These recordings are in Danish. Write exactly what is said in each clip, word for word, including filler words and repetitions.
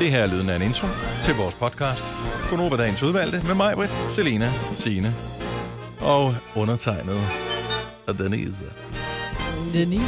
Det her er lyden af en intro til vores podcast. Gonova dagens udvalgte med mig, Britt, Selena, Signe og undertegnet og Denise. Denise.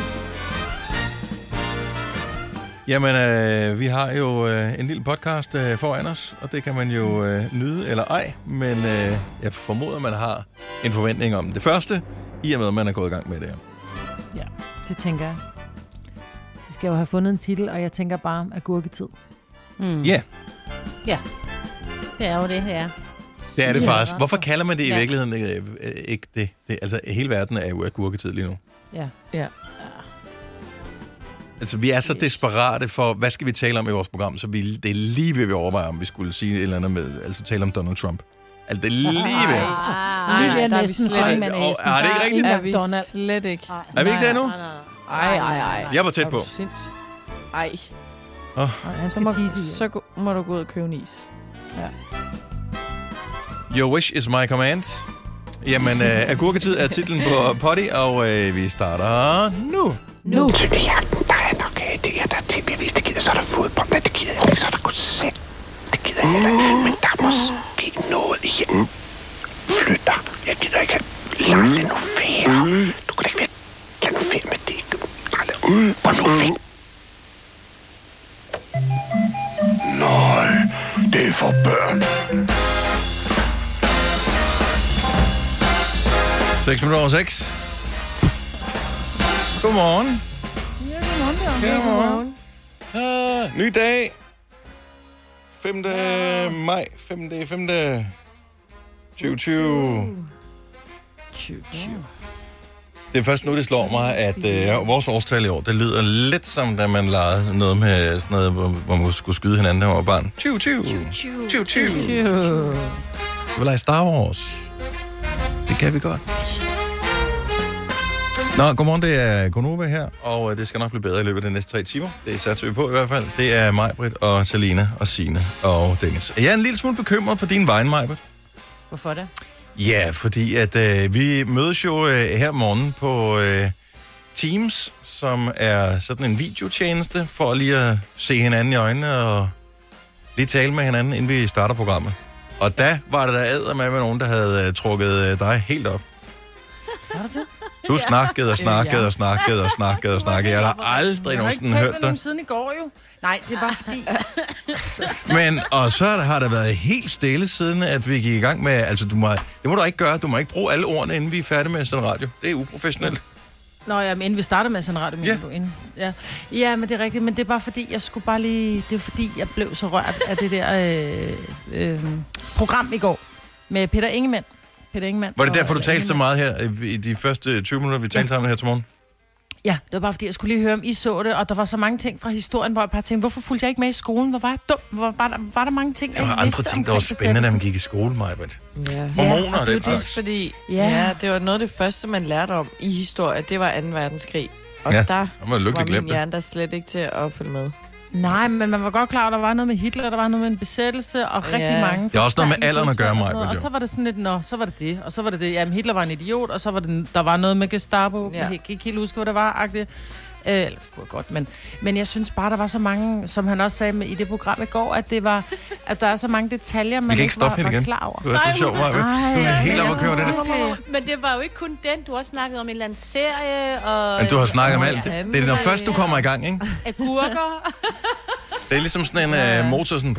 Jamen, øh, vi har jo øh, en lille podcast øh, foran os, og det kan man jo øh, nyde eller ej, men øh, jeg formoder, man har en forventning om det første, i og med, at man er gået i gang med det her. Ja, det tænker jeg. Du skal jo have fundet en titel, og jeg tænker bare agurketid. Ja. Mm. Yeah. Ja, det er jo det her. Det er det faktisk. Hvorfor kalder man det i ja. virkeligheden øh, ikke det? det? Altså, hele verden er jo agurketid lige nu. Ja, ja. Altså, vi er så desperate for, hvad skal vi tale om i vores program, så vi, det er lige ved, vi overvejer, om vi skulle sige et eller andet med, altså tale om Donald Trump. Altså, det er lige ved. Nej, det er næsten slet ikke. Er det ikke rigtigt? Er vi slet ikke. Er vi ikke det nu? Ej, ej, ej. Jeg var tæt på. Ej. Oh. Så, må, så gå, må du gå ud og købe en is. Ja. Your wish is my command. Jamen, uh, agurketid er titlen på Potty, og uh, vi starter nu. Nu. Tøndejagten, der er nok idéer, der er til bevis. Det gider, så er der fodbold, men det gider jeg ikke, så er der kun selv. Det gider jeg heller ikke, men der er måske noget i hjem. Flyt dig. Jeg gider ikke have langt nu ferie. Du kan da ikke være lad nu ferie med det. Hvor nu ferie. Nej, det er for børn. seks minutter over seks. Godmorgen. Ja, godmorgen. Der. Godmorgen. Ah, ny dag. femte maj. femte femte tyve tyve. tyve tyve. Det er først nu, det slår mig, at øh, vores årstal i år, det lyder lidt som, da man legede noget med sådan noget, hvor, hvor man skulle skyde hinanden, der var barn. tyve tyve. tyve tyve. Vi vil lege Star Wars. Det kan vi godt. Nå, godmorgen, det er Gonova her, og det skal nok blive bedre i løbet af de næste tre timer. Det satser vi på i hvert fald. Det er mig, Britt, og Selina, og Signe, og Dennis. Jeg er en lille smule bekymret på din vegne, Maj-Britt. Hvorfor det? Ja, fordi at øh, vi mødes jo øh, her om morgenen på øh, Teams, som er sådan en videotjeneste, for lige at se hinanden i øjnene og lige tale med hinanden, inden vi starter programmet. Og da var det der æder med, med nogen, der havde øh, trukket øh, dig helt op. Var det det? Du snakkede og snakkede og snakkede og snakkede og snakkede. Jeg har aldrig nogensinde hørt dig. Jeg har ikke talt med nogen dig. siden i går, jo. Nej, det er bare fordi... Men, og så har der været helt stille siden, at vi gik i gang med... Altså, du må, det må du ikke gøre. Du må ikke bruge alle ordene, inden vi er færdige med sådan radio. Det er uprofessionelt. Nå ja, men inden vi starter med sådan en radio, mener Ja. du? Inden. Ja. Ja, men det er rigtigt. Men det er bare fordi, jeg skulle bare lige... Det er fordi, jeg blev så rørt af det der øh, øh, program i går med Peter Ingemann. Peter Ingemann. Var det derfor, du og, talte så meget her i de første tyve minutter, vi talte sammen her til morgen? Ja, det var bare fordi, jeg skulle lige høre, om I så det, og der var så mange ting fra historien, hvor jeg bare tænkte, hvorfor fulgte jeg ikke med i skolen? Hvor var jeg dum? Hvor var der, var der mange ting, Der var andre ting, der var spændende, da man gik i skole, Maj-Britt. Ja. Hormoner og det den var det, slags. fordi Ja. ja, det var noget af det første, man lærte om i historie. Det var anden verdenskrig. Og Ja, der der var lykkeligt var glemt min det. hjerne der slet ikke til at følge med. Nej, men man var godt klar, at der var noget med Hitler, der var noget med en besættelse, og Ja. rigtig mange... Det er også noget med forfærdelige alderen at gøre, dødsfald og Maj-Britt, sådan noget. jo. Og så var det sådan lidt, nå, så var det det, og så var det det. Jamen, Hitler var en idiot, og så var det, der var noget med Gestapo. Ja. Jeg kan ikke helt huske, hvad det var, agtigt. Øh, eller det kunne jeg godt, men, men jeg synes bare, der var så mange, som han også sagde med, i det program i går, at det var, at der er så mange detaljer, man Vi kan ikke ikke stoppe var, hende var igen. klar over. Du er så sjov, Maj-Britt. Du er helt oppe at køre det. Okay. Men det var jo ikke kun den. Du har også snakket om en eller anden serie, og... Men du har snakket om alt. Ja. Det er når først du kommer i gang, ikke? agurker. Det er ligesom sådan en uh, motor, sådan...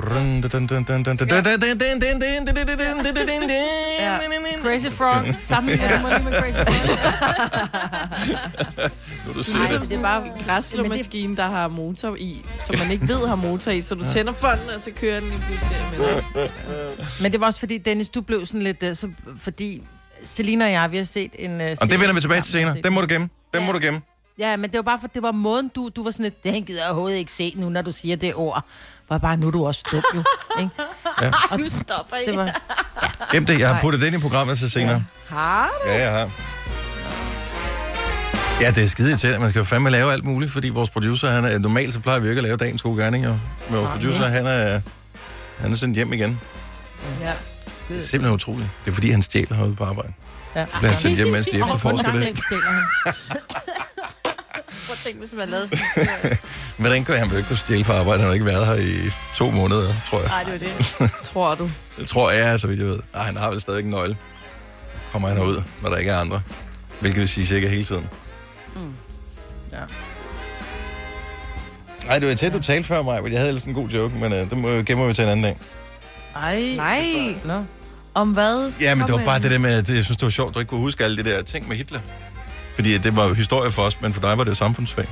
Ja. Crazy Frog, sammen med med Crazy Frog. Nu du ser Ej, det. det er bare en græsslåmaskine, der har motor i, som man ikke ved har motor i, så du tænder fonden, og så kører den i pludselig. Men det var også fordi, Dennis, du blev sådan lidt... uh, Så, fordi Selina og jeg, vi har set en... Uh, Og det vender vi tilbage til senere. Den må du gemme. Den må du gemme. Ja, men det var bare for, det var måden, du, du var sådan lidt, den gider jeg overhovedet ikke se nu, når du siger det ord. Var bare, nu er du også dum, jo. Ikke? Ej, nu stopper I. Det var, Gem det. Jeg har puttet den i programmet til senere. Har du? Ja, jeg har. Ja, det er skide irriterende. Man skal jo fandme lave alt muligt, fordi vores producer, han er... Normalt så plejer vi ikke at lave dagens gode gerning, jo. Men vores producer, han er... Han er sendt hjem igen. Ja. Det er simpelthen utroligt. Det er fordi, han stjæler herude på arbejde. ja. Bliver han sendt hjem, mens de efterforsker det. Prøv at tænke, hvis man lavede sådan. Hvordan kan han jo ikke kunne stjæle på arbejde? Han har ikke været her i to måneder, tror jeg. Nej, det var det. Tror du? Det tror jeg, så vidt jeg ved. Nej, han har vel stadig en nøgle. Kommer han ud, når der ikke er andre. Hvilket vil sige sikkert hele tiden. Mm. Ja. Nej, det var tæt, du talte før mig, men jeg havde ellers en god joke, men uh, det må, gemmer vi til en anden dag. Ej. Nej. Nå. Om hvad? Ja, men Kom det var med bare den. det der med, at jeg synes, det var sjovt, at du ikke kunne huske alle de der ting med Hitler. Fordi det var jo historie for os, men for dig var det jo samfundsfag.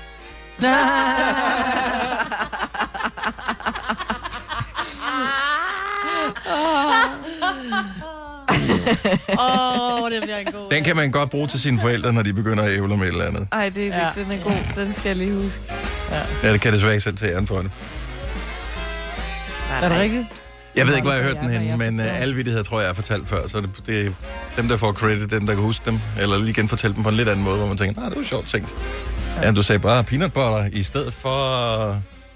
Åh, oh, det bliver en god. Den kan man godt bruge til sine forældre, når de begynder at ævle med et eller andet. Ej, det er Ja. ja. Den er god. Den skal jeg lige huske. Ja, det kan jeg desværre ikke selv tage æren for det. Er det rigtigt? Jeg ved ikke, hvor jeg har hørt Ja, den hvad henne, jeg men forstår. uh, alle vittigheder tror jeg, jeg har fortalt før. Så det, det er dem, der får credit, dem, der kan huske dem. Eller lige genfortælle dem på en lidt anden måde, hvor man tænker, nej, det var sjovt tænkt. Ja, du sagde bare peanut butter i stedet for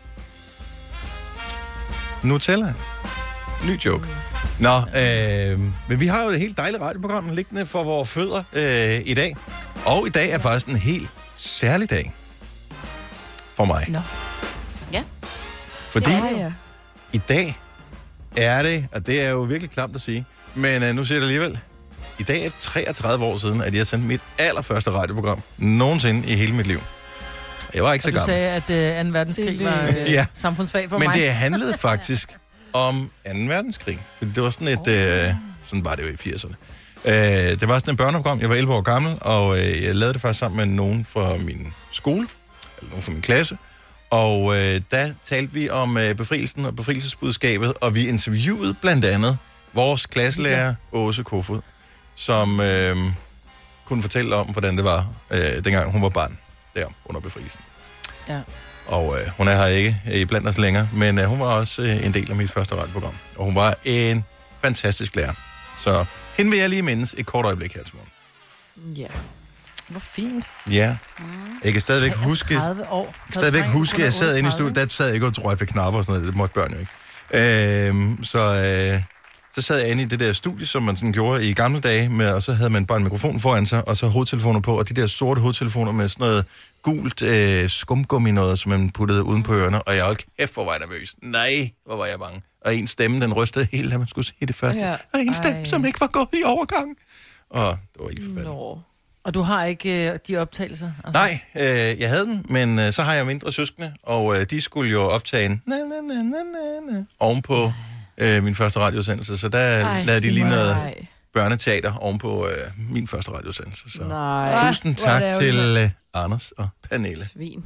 Nutella. Ny joke. Nå, øh, men vi har jo et helt dejligt radioprogram liggende for vores fødder øh, i dag. Og i dag er faktisk en helt særlig dag for mig. Nå. Ja. Fordi Ja, ja. i dag er det, og det er jo virkelig klamt at sige, men øh, nu siger det alligevel, i dag er det treogtredive år siden, at jeg sendte mit allerførste radioprogram nogensinde i hele mit liv. Jeg var ikke så Og du gammel. sagde, at øh, anden verdenskrig Tillykke. var øh, Ja. samfundsfag for Men mig. det handlede faktisk om anden verdenskrig. Fordi det var sådan et... Øh, sådan var det jo i firserne. Øh, det var sådan et børneprogram. Jeg var elleve år gammel, og øh, jeg lavede det faktisk sammen med nogen fra min skole, eller nogen fra min klasse. Og øh, der talte vi om øh, befrielsen og befrielsesbudskabet, og vi interviewede blandt andet vores klasselærer, Åse Kofod, som øh, kunne fortælle om, hvordan det var, øh, dengang hun var barn, der under befrielsen. Ja. Og øh, hun er her ikke øh, blandt os længere, men øh, hun var også øh, en del af mit første radioprogram. Og hun var en fantastisk lærer. Så hende vil jeg lige mindes et kort øjeblik her til morgen. Ja. Hvor fint. Ja, jeg kan stadigvæk huske... tredive år. Jeg kan stadigvæk huske, at jeg sad inde i studiet, der sad jeg ikke og rørte ved knapper og sådan noget, det måtte børn jo ikke. Øhm, så, øh, så sad jeg inde i det der studie, som man sådan gjorde i gamle dage, med, og så havde man bare en mikrofon foran sig, og så hovedtelefoner på, og de der sorte hovedtelefoner med sådan noget gult øh, skumgummi noget, som man puttede uden på ørerne, og jeg holdt kæft, hvor var jeg nervøs. Nej, hvor var jeg bange. Og en stemme, den rystede helt, at man skulle sige det første. Ja. Og en stemme, Ej. som ikke var gået i overgang. Og det var helt forfærdeligt. Nå. Og du har ikke øh, de optagelser? Altså. Nej, øh, jeg havde den, men øh, så har jeg mindre søskende, og øh, de skulle jo optage en na, na, na, na, na, na, ovenpå øh, min første radiosendelse, så der Ej, lavede de lige nej. noget børneteater ovenpå øh, min første radiosendelse. Så. Nej. Tusind hvor er tak det til ærgerligt. øh, Anders og Pernille. Svin.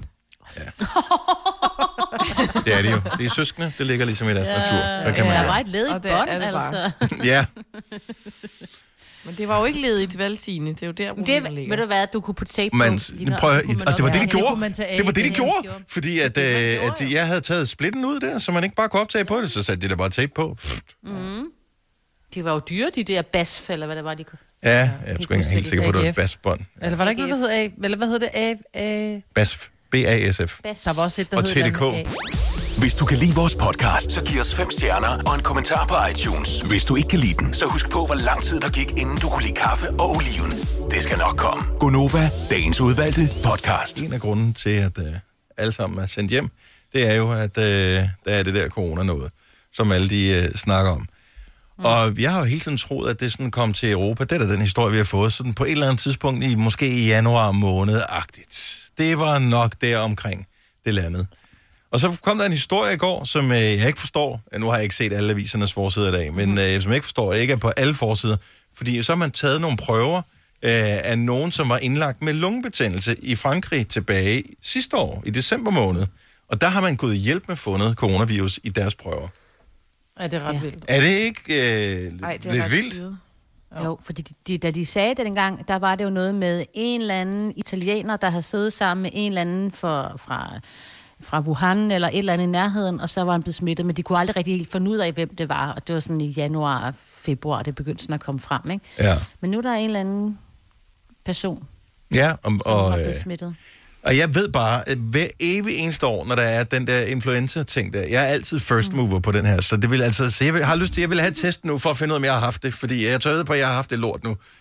Det er det jo. Det er søskende, det ligger ligesom i deres natur. Der kan Der man var gøre. et led i Og det er bånd, det bare. altså. Ja, Men det var jo ikke ledigt, vel, Signe? Det er jo der, Det, problemet ligger. ved du hvad, du kunne putte tape men på. Lige prøv, noget, at- kunne man og det var også det, de gøre. kunne gjorde. man tage af Det var det, de igen. gjorde. gjorde. Fordi at, Det var det, man øh, gjorde, at jeg havde taget splitten ud der, så man ikke bare kunne optage på det, så satte de der bare tape på. De var jo dyre, de der basf, eller hvad det var, de kunne. Ja, jeg er sgu ikke engang helt sikker på, at det var et A G F. basfbånd. Eller var der ikke noget, der hed A? Eller hvad hed det? A? A? Basf. B A S F. Bas. Der var også et, der Og hed T D K. et eller andet A. Hvis du kan lide vores podcast, så giv os fem stjerner og en kommentar på iTunes. Hvis du ikke kan lide den, så husk på, hvor lang tid der gik, inden du kunne lide kaffe og oliven. Det skal nok komme. Gonova, dagens udvalgte podcast. En af grunden til, at øh, alle sammen er sendt hjem, det er jo, at øh, der er det der corona noget, som alle de øh, snakker om. Mm. Og jeg har jo hele tiden troet, at det sådan kom til Europa. Det er da den historie, vi har fået sådan på et eller andet tidspunkt, i måske i januar måned-agtigt. Det var nok der omkring det landet. Og så kom der en historie i går, som øh, jeg ikke forstår. Nu har jeg ikke set alle avisernes forsider i dag, men øh, som jeg ikke forstår, ikke er på alle forsider. Fordi så har man taget nogle prøver øh, af nogen, som var indlagt med lungebetændelse i Frankrig tilbage sidste år, i december måned. Og der har man gået hjælp med fundet coronavirus i deres prøver. Ja, det er ret Ja. vildt. Er det ikke øh, Ej, det er lidt ret vildt? syret. Jo, fordi de, de, da de sagde det dengang, der var det jo noget med en eller anden italiener, der havde siddet sammen med en eller anden for, fra, fra Wuhan eller et eller andet i nærheden, og så var han blevet smittet, men de kunne aldrig rigtig helt finde ud af, hvem det var, og det var sådan i januar, februar, det begyndte sådan at komme frem, ikke? Ja. Men nu er der en eller anden person, Ja, og, som og, har øh, blevet smittet. og jeg ved bare, at hver evig eneste år, når der er den der influenza-ting der, jeg er altid first mover på den her, så det vil altså, så jeg vil, har lyst til, jeg vil have et test nu, for at finde ud af, om jeg har haft det, fordi jeg tør ved på, at jeg har haft det lort nu,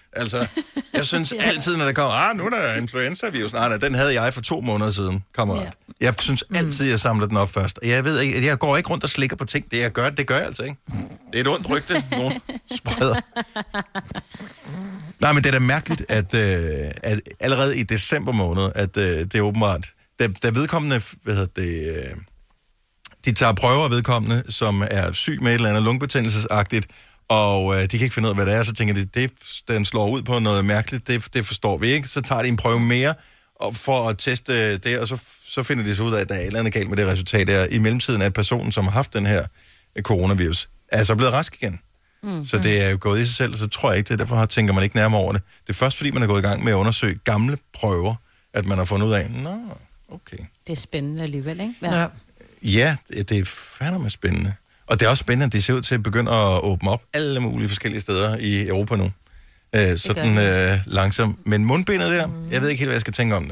Altså, jeg synes altid, når der kommer, ah, nu er der influenza-virus. Nej, nej, den havde jeg for to måneder siden, kammerat. Ja. Jeg synes altid, jeg samler den op først. Og jeg ved ikke, jeg går ikke rundt og slikker på ting. Det jeg gør, det gør jeg altså ikke. Det er et ondt rygte, nogen spreder. Nej, men det er da mærkeligt, at, øh, at allerede i december måned, at øh, det er åbenbart, da, da vedkommende, hvad hedder det, øh, de tager prøver af vedkommende, som er syg med et eller andet lungebetændelsesagtigt, og øh, de kan ikke finde ud af, hvad det er, så tænker de, det, den slår ud på noget mærkeligt, det, det forstår vi ikke. Så tager de en prøve mere og for at teste det, og så, så finder de så ud af, at der er et eller andet galt med det resultat der. I mellemtiden er personen, som har haft den her coronavirus, er så blevet rask igen. Mm. Så det er jo gået i sig selv, og så tror jeg ikke det. Derfor tænker man ikke nærmere over det. Det er først, fordi man er gået i gang med at undersøge gamle prøver, at man har fundet ud af, nå, okay. Det er spændende alligevel, ikke? Ja, ja det, det er fandme spændende. Og det er også spændende, at det ser ud til at begynde at åbne op alle mulige forskellige steder i Europa nu. Øh, sådan øh, langsomt. Men mundbindet der, mm. jeg ved ikke helt, hvad jeg skal tænke om det.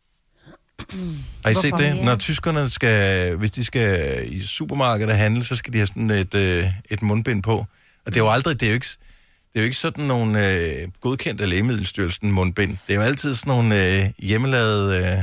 Har I set det? Ja. Når tyskerne skal, hvis de skal i supermarkedet handle, så skal de have sådan et, øh, et mundbind på. Og det er jo aldrig, det er jo ikke, det er jo ikke sådan nogle øh, godkendte Lægemiddelstyrelsen mundbind. Det er jo altid sådan nogle øh, hjemmelavede... Øh,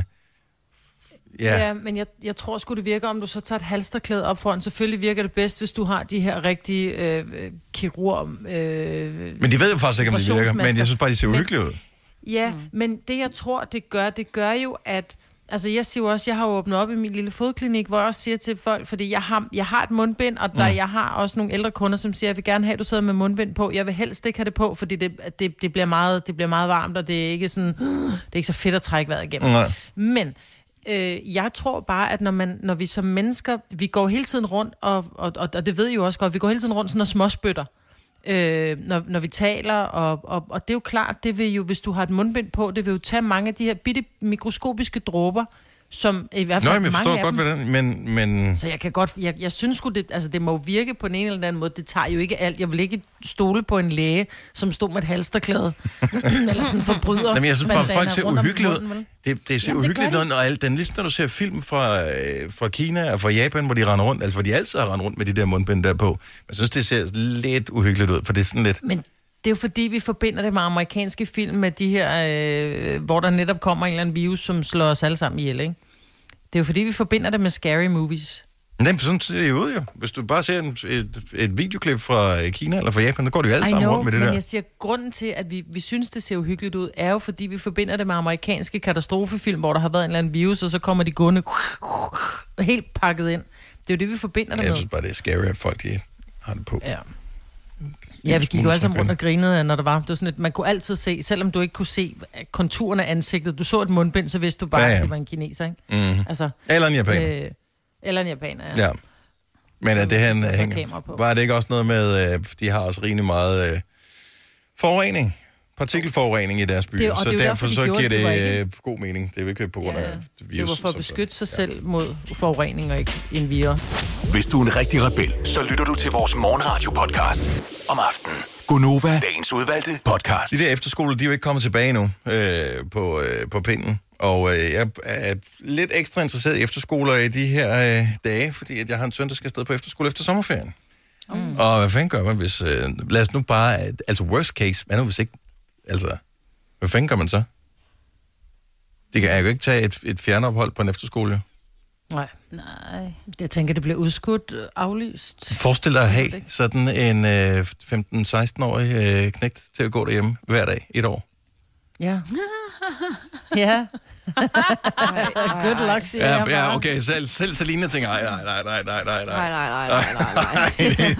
ja. ja, men jeg, jeg tror sgu, det virker, om du så tager et halsterklæde op foran. Selvfølgelig virker det bedst, hvis du har de her rigtige øh, kirurg... Øh, men de ved jo faktisk ikke, om de virker, men jeg synes bare, de ser uhyggelige ud. Ja, mm. men det jeg tror, det gør, det gør jo, at... Altså, jeg siger jo også, jeg har åbnet op i min lille fodklinik, hvor jeg også siger til folk, fordi jeg har, jeg har et mundbind, og der, mm. jeg har også nogle ældre kunder, som siger, jeg vil gerne have, at du sidder med mundbind på. Jeg vil helst ikke have det på, fordi det, det, det, bliver, meget, det bliver meget varmt, og det er ikke sådan, det er ikke så fedt at trække vejret igennem. Nej. Men øh, jeg tror bare, at når, man, når vi som mennesker, vi går hele tiden rundt, og, og, og, og det ved I jo også godt, vi går hele tiden rundt sådan og småspytter. Øh, når, når vi taler, og, og, og det er jo klart, det vil jo, hvis du har et mundbind på, det vil jo tage mange af de her bitte mikroskopiske dråber, som i hvert fald Nå, men jeg forstår godt, hvad det men, men... Så jeg kan godt, jeg, jeg synes sgu, det, altså det må virke på en eller anden måde, det tager jo ikke alt. Jeg vil ikke stole på en læge, som stod med et halsterklæde, eller sådan en forbryder. Jamen, jeg synes bare, folk ser uhyggeligt ud. Det, det ser Jamen, uhyggeligt ud, og alt den ligesom når du ser film fra, øh, fra Kina og fra Japan, hvor de render rundt, altså hvor de altid har rendt rundt med de der mundbind der på. Jeg synes, det ser lidt uhyggeligt ud, for det er sådan lidt... Men det er jo fordi, vi forbinder det med amerikanske film, med de her, øh, hvor der netop kommer en eller anden virus, som slår os alle sammen ihjel, ikke? Det er jo fordi, vi forbinder det med scary movies. Nej, for sådan ser det jo ud jo. Hvis du bare ser en, et, et videoklip fra Kina eller fra Japan, så går det jo alle sammen rundt med det men der. Jeg siger, grunden til, at vi, vi synes, det ser uhyggeligt ud, er jo fordi, vi forbinder det med amerikanske katastrofefilm, hvor der har været en eller anden virus, og så kommer de gående helt pakket ind. Det er jo det, vi forbinder det med. Jeg synes bare, det er scary, at folk de har det på. Ja. Ja, vi gik jo alle sammen rundt og grinede, når der var. Det var sådan et, man kunne altid se, selvom du ikke kunne se konturerne af ansigtet. Du så et mundbind, så vidste du bare, ja, ja. at det var en kineser, ikke? Mm-hmm. Altså, eller en japaner. Øh, eller en japaner, ja. ja. Men at det her hænger... Var det ikke også noget med, øh, de har også rimelig meget øh, forurening, partikelforurening i deres byer, det, så det derfor derfor, så de giver det, det øh, god mening. Det er jo ikke på grund ja, af virus. Det var for at beskytte sig selv ja. mod forurening og ikke en virus. Hvis du er en rigtig rebel, så lytter du til vores morgenradio-podcast om aftenen. Gonova, dagens udvalgte podcast. De der efterskoler, de er jo ikke kommet tilbage nu øh, på, øh, på pinden. Og øh, jeg er lidt ekstra interesseret i efterskoler i de her øh, dage, fordi at jeg har en søn, der skal afsted på efterskole efter sommerferien. Mm. Og hvad fanden gør man, hvis... Øh, lad os nu bare... Altså worst case, hvad nu hvis ikke... Altså, hvad fanden gør man så? Det kan jeg jo ikke tage et, et fjernophold på en efterskole, jo. Nej. Nej. Jeg tænker, det bliver udskudt, aflyst. Forestil dig at have sådan en øh, femten-seksten-årig øh, knægt til at gå derhjemme hver dag, et år. Ja. ja. Good luck, siger ja, jeg ja, okay. Selv, selv Selina tænker, nej, nej, nej, nej, nej, nej. Nej, nej, nej, nej, nej.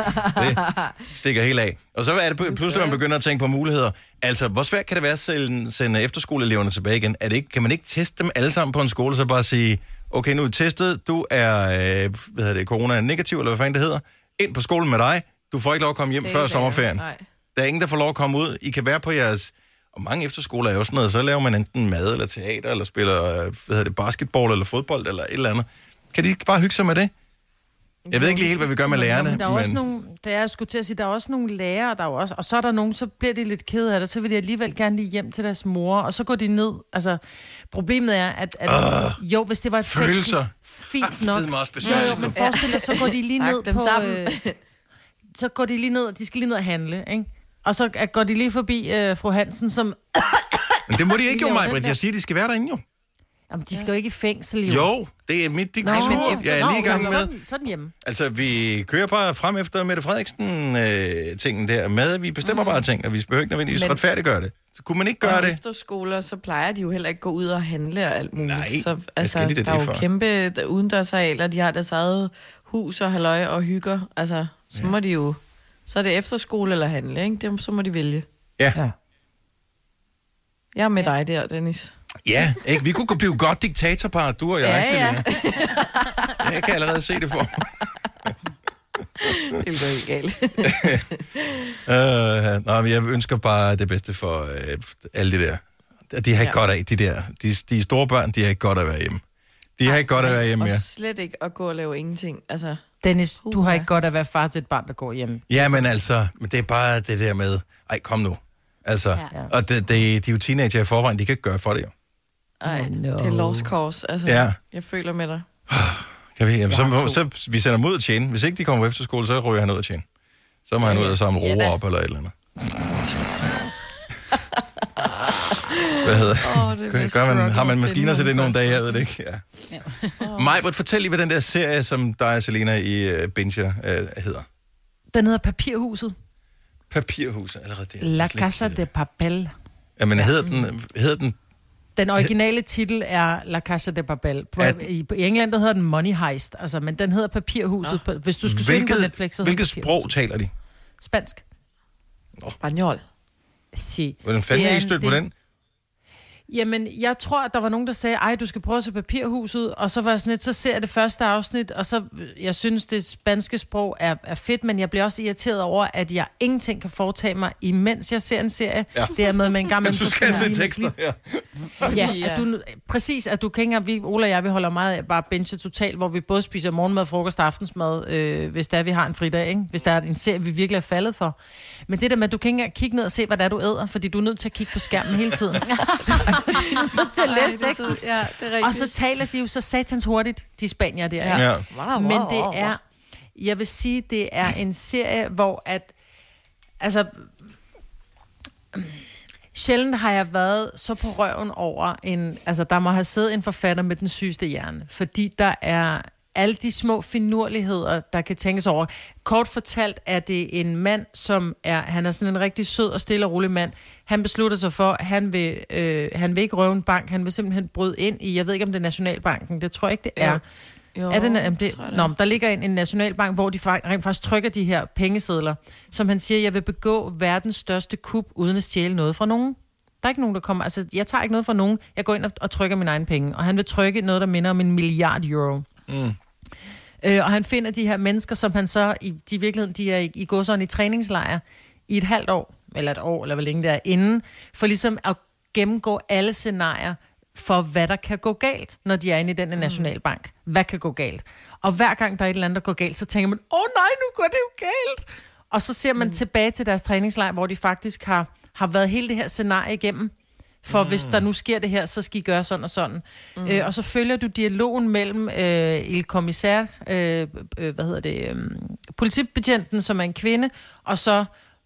Det stikker helt af. Og så er det pludselig, man begynder at tænke på muligheder. Altså, hvor svært kan det være at sende, sende efterskoleeleverne tilbage igen? Er det ikke, kan man ikke teste dem alle sammen på en skole, så bare sige, okay, nu er testet, du er, øh, hvad hedder det, corona negativ, eller hvad fanden det hedder, ind på skolen med dig, du får ikke lov at komme hjem Stay før there. sommerferien. Nej. Der er ingen, der får lov at komme ud. I kan være på jeres... Og mange efterskoler er jo sådan noget, så laver man enten mad eller teater, eller spiller hvad hedder det, basketball eller fodbold, eller et eller andet. Kan de ikke bare hygge sig med det? Jeg ved ikke lige helt, hvad vi gør med lærerne. Der er men... også nogle, der er, jeg skulle til at sige, der er også nogle lærere, der er også, og så er der nogen, så bliver de lidt kede af det, så vil de alligevel gerne lige hjem til deres mor, og så går de ned. Altså, problemet er, at, at uh, jo, hvis det var et følelser. fint nok. Det er også besværligt. Jo, jo, men forestil dig, så går de lige ned på... Øh, så går de lige ned, de skal lige ned og handle, ikke? Og så går de lige forbi øh, fru Hansen, som... Men det må de ikke jo, laver den Maj-Brit. der. Jeg siger, de skal være derinde jo. Jamen, de skal jo ikke i fængsel, jo. Jo, det er mit diktatur. men Jeg er lige i gang Nå, med. Sådan, sådan hjemme. Altså, vi kører bare frem efter Mette Frederiksen-tingen øh, der med. Vi bestemmer mm. bare ting, og vi behøver ikke nødvendigvis Men- retfærdiggøre det. Så kunne man ikke gøre Og det? efterskoler, så plejer de jo heller ikke at gå ud og handle og alt muligt. Nej, så, hvad altså, skal de da der er det jo for? kæmpe udendørsarealer, de har deres eget hus og halløj og hygger. Altså, så ja. må de jo... Så er det efterskole eller handle, ikke? Det, så må de vælge. Ja. Ja. Jeg er med ja. dig der, Dennis. Ja, ikke? Vi kunne blive godt diktatorpar, du og jeg, Ja, ja. Selina. Jeg kan allerede se det for mig. Det vil gå helt galt. Uh, nå, men jeg ønsker bare det bedste for uh, alle de der. De har ikke ja. godt af, de der. De, de store børn, de har ikke godt af at være hjemme. De har ikke godt af at være hjemme mere. Og slet ikke at gå og lave ingenting. Altså, Dennis, du har Uha. ikke godt at være far til et barn, der går hjem. Ja, men altså, men det er bare det der med, ej, kom nu. Altså, ja. og det, det, de er jo teenager i forvejen, de kan ikke gøre for det jo. ej, Oh, no. det er lost cause. Altså, Ja. jeg føler med dig. Kan vi, jamen, så, så, så vi sender dem ud at tjene. Hvis ikke de kommer på efterskole, så ryger han ud at tjene. Så må han ud og samle Ja, roer da. op eller et eller andet. Hvad hedder Åh, det Gør, vil gør man, struggle har man at maskiner finde til det nogle nogle dage, jeg først. ved det ikke. Ja. Oh. Maj-Brit, fortæl lige, hvad den der serie, som dig og Selina i uh, Binge uh, hedder. Den hedder Papirhuset. Papirhuset, allerede der. La Casa de Papel. Jamen, hedder den, hedder den... Den originale titel er La Casa de Papel. På, At- i, I England der hedder den Money Heist, altså, men den hedder Papirhuset. På, hvis du skal søge den på Netflix, så hedder hvilket den sprog taler de? Spansk. Spanjol. Si. Hvordan fanden Det er er I stødt en- på det- den? Jamen, jeg tror, at der var nogen, der sagde, ej, du skal prøve at se Papirhuset, og så var jeg sådan lidt, så ser jeg det første afsnit, og så, jeg synes, det spanske sprog er, er fedt, men jeg bliver også irriteret over, at jeg ingenting kan foretage mig, imens jeg ser en serie. Ja. Det er med, med en gammel... Men du skal se tekster, ja. Ja, Fordi, at du, præcis, at du kan ikke engang, vi, Ola og jeg, vi holder meget af bare binge totalt, hvor vi både spiser morgenmad, frokost og aftensmad, øh, hvis der vi har en fridag, ikke? Hvis der er en serie, vi virkelig er faldet for. Men det der med, at du kan ikke engang kigge ned og se, hvad det er, du æder, fordi du er nødt til at kigge på skærmen hele tiden. Du er nødt til at læse teksten. Ja, det er rigtigt. Og så taler de jo så satans hurtigt, de spanier der, ikke? Ja. Men det er, jeg vil sige, det er en serie, hvor at, altså, sjældent har jeg været så på røven over en, altså der må have siddet en forfatter med den sygeste hjerne, fordi der er alle de små finurligheder, der kan tænkes over. Kort fortalt er det en mand, som er, han er sådan en rigtig sød og stille og rolig mand. Han beslutter sig for, at han vil, øh, han vil ikke røve en bank, han vil simpelthen bryde ind i, jeg ved ikke om det er Nationalbanken, det tror jeg ikke, det er. Jo, Er det, jamen det, tror jeg, det nå, er. men der ligger en, en nationalbank, hvor de fa- rent faktisk trykker de her pengesedler, som han siger, jeg vil begå verdens største kup, uden at stjæle noget fra nogen. Der er ikke nogen, der kommer, altså jeg tager ikke noget fra nogen, jeg går ind og, og trykker mine egne penge, og han vil trykke noget, der minder om en milliard euro. Mm. Øh, og han finder de her mennesker, som han så, i de virkeligheden, de er i, i godsøjne i træningslejr i et halvt år, eller et år, eller hvor længe det er, inden, for ligesom at gennemgå alle scenarier, for hvad der kan gå galt, når de er inde i den nationalbank. Hvad kan gå galt? Og hver gang der er et eller andet, der går galt, så tænker man, åh nej, nu går det jo galt. Og så ser man mm. tilbage til deres træningslejr, hvor de faktisk har, har været hele det her scenarie igennem. For mm. hvis der nu sker det her, så skal I gøre sådan og sådan. Mm. Øh, og så følger du dialogen mellem øh, il kommissær, øh, øh, hvad hedder det, øh, politibetjenten, som er en kvinde, og så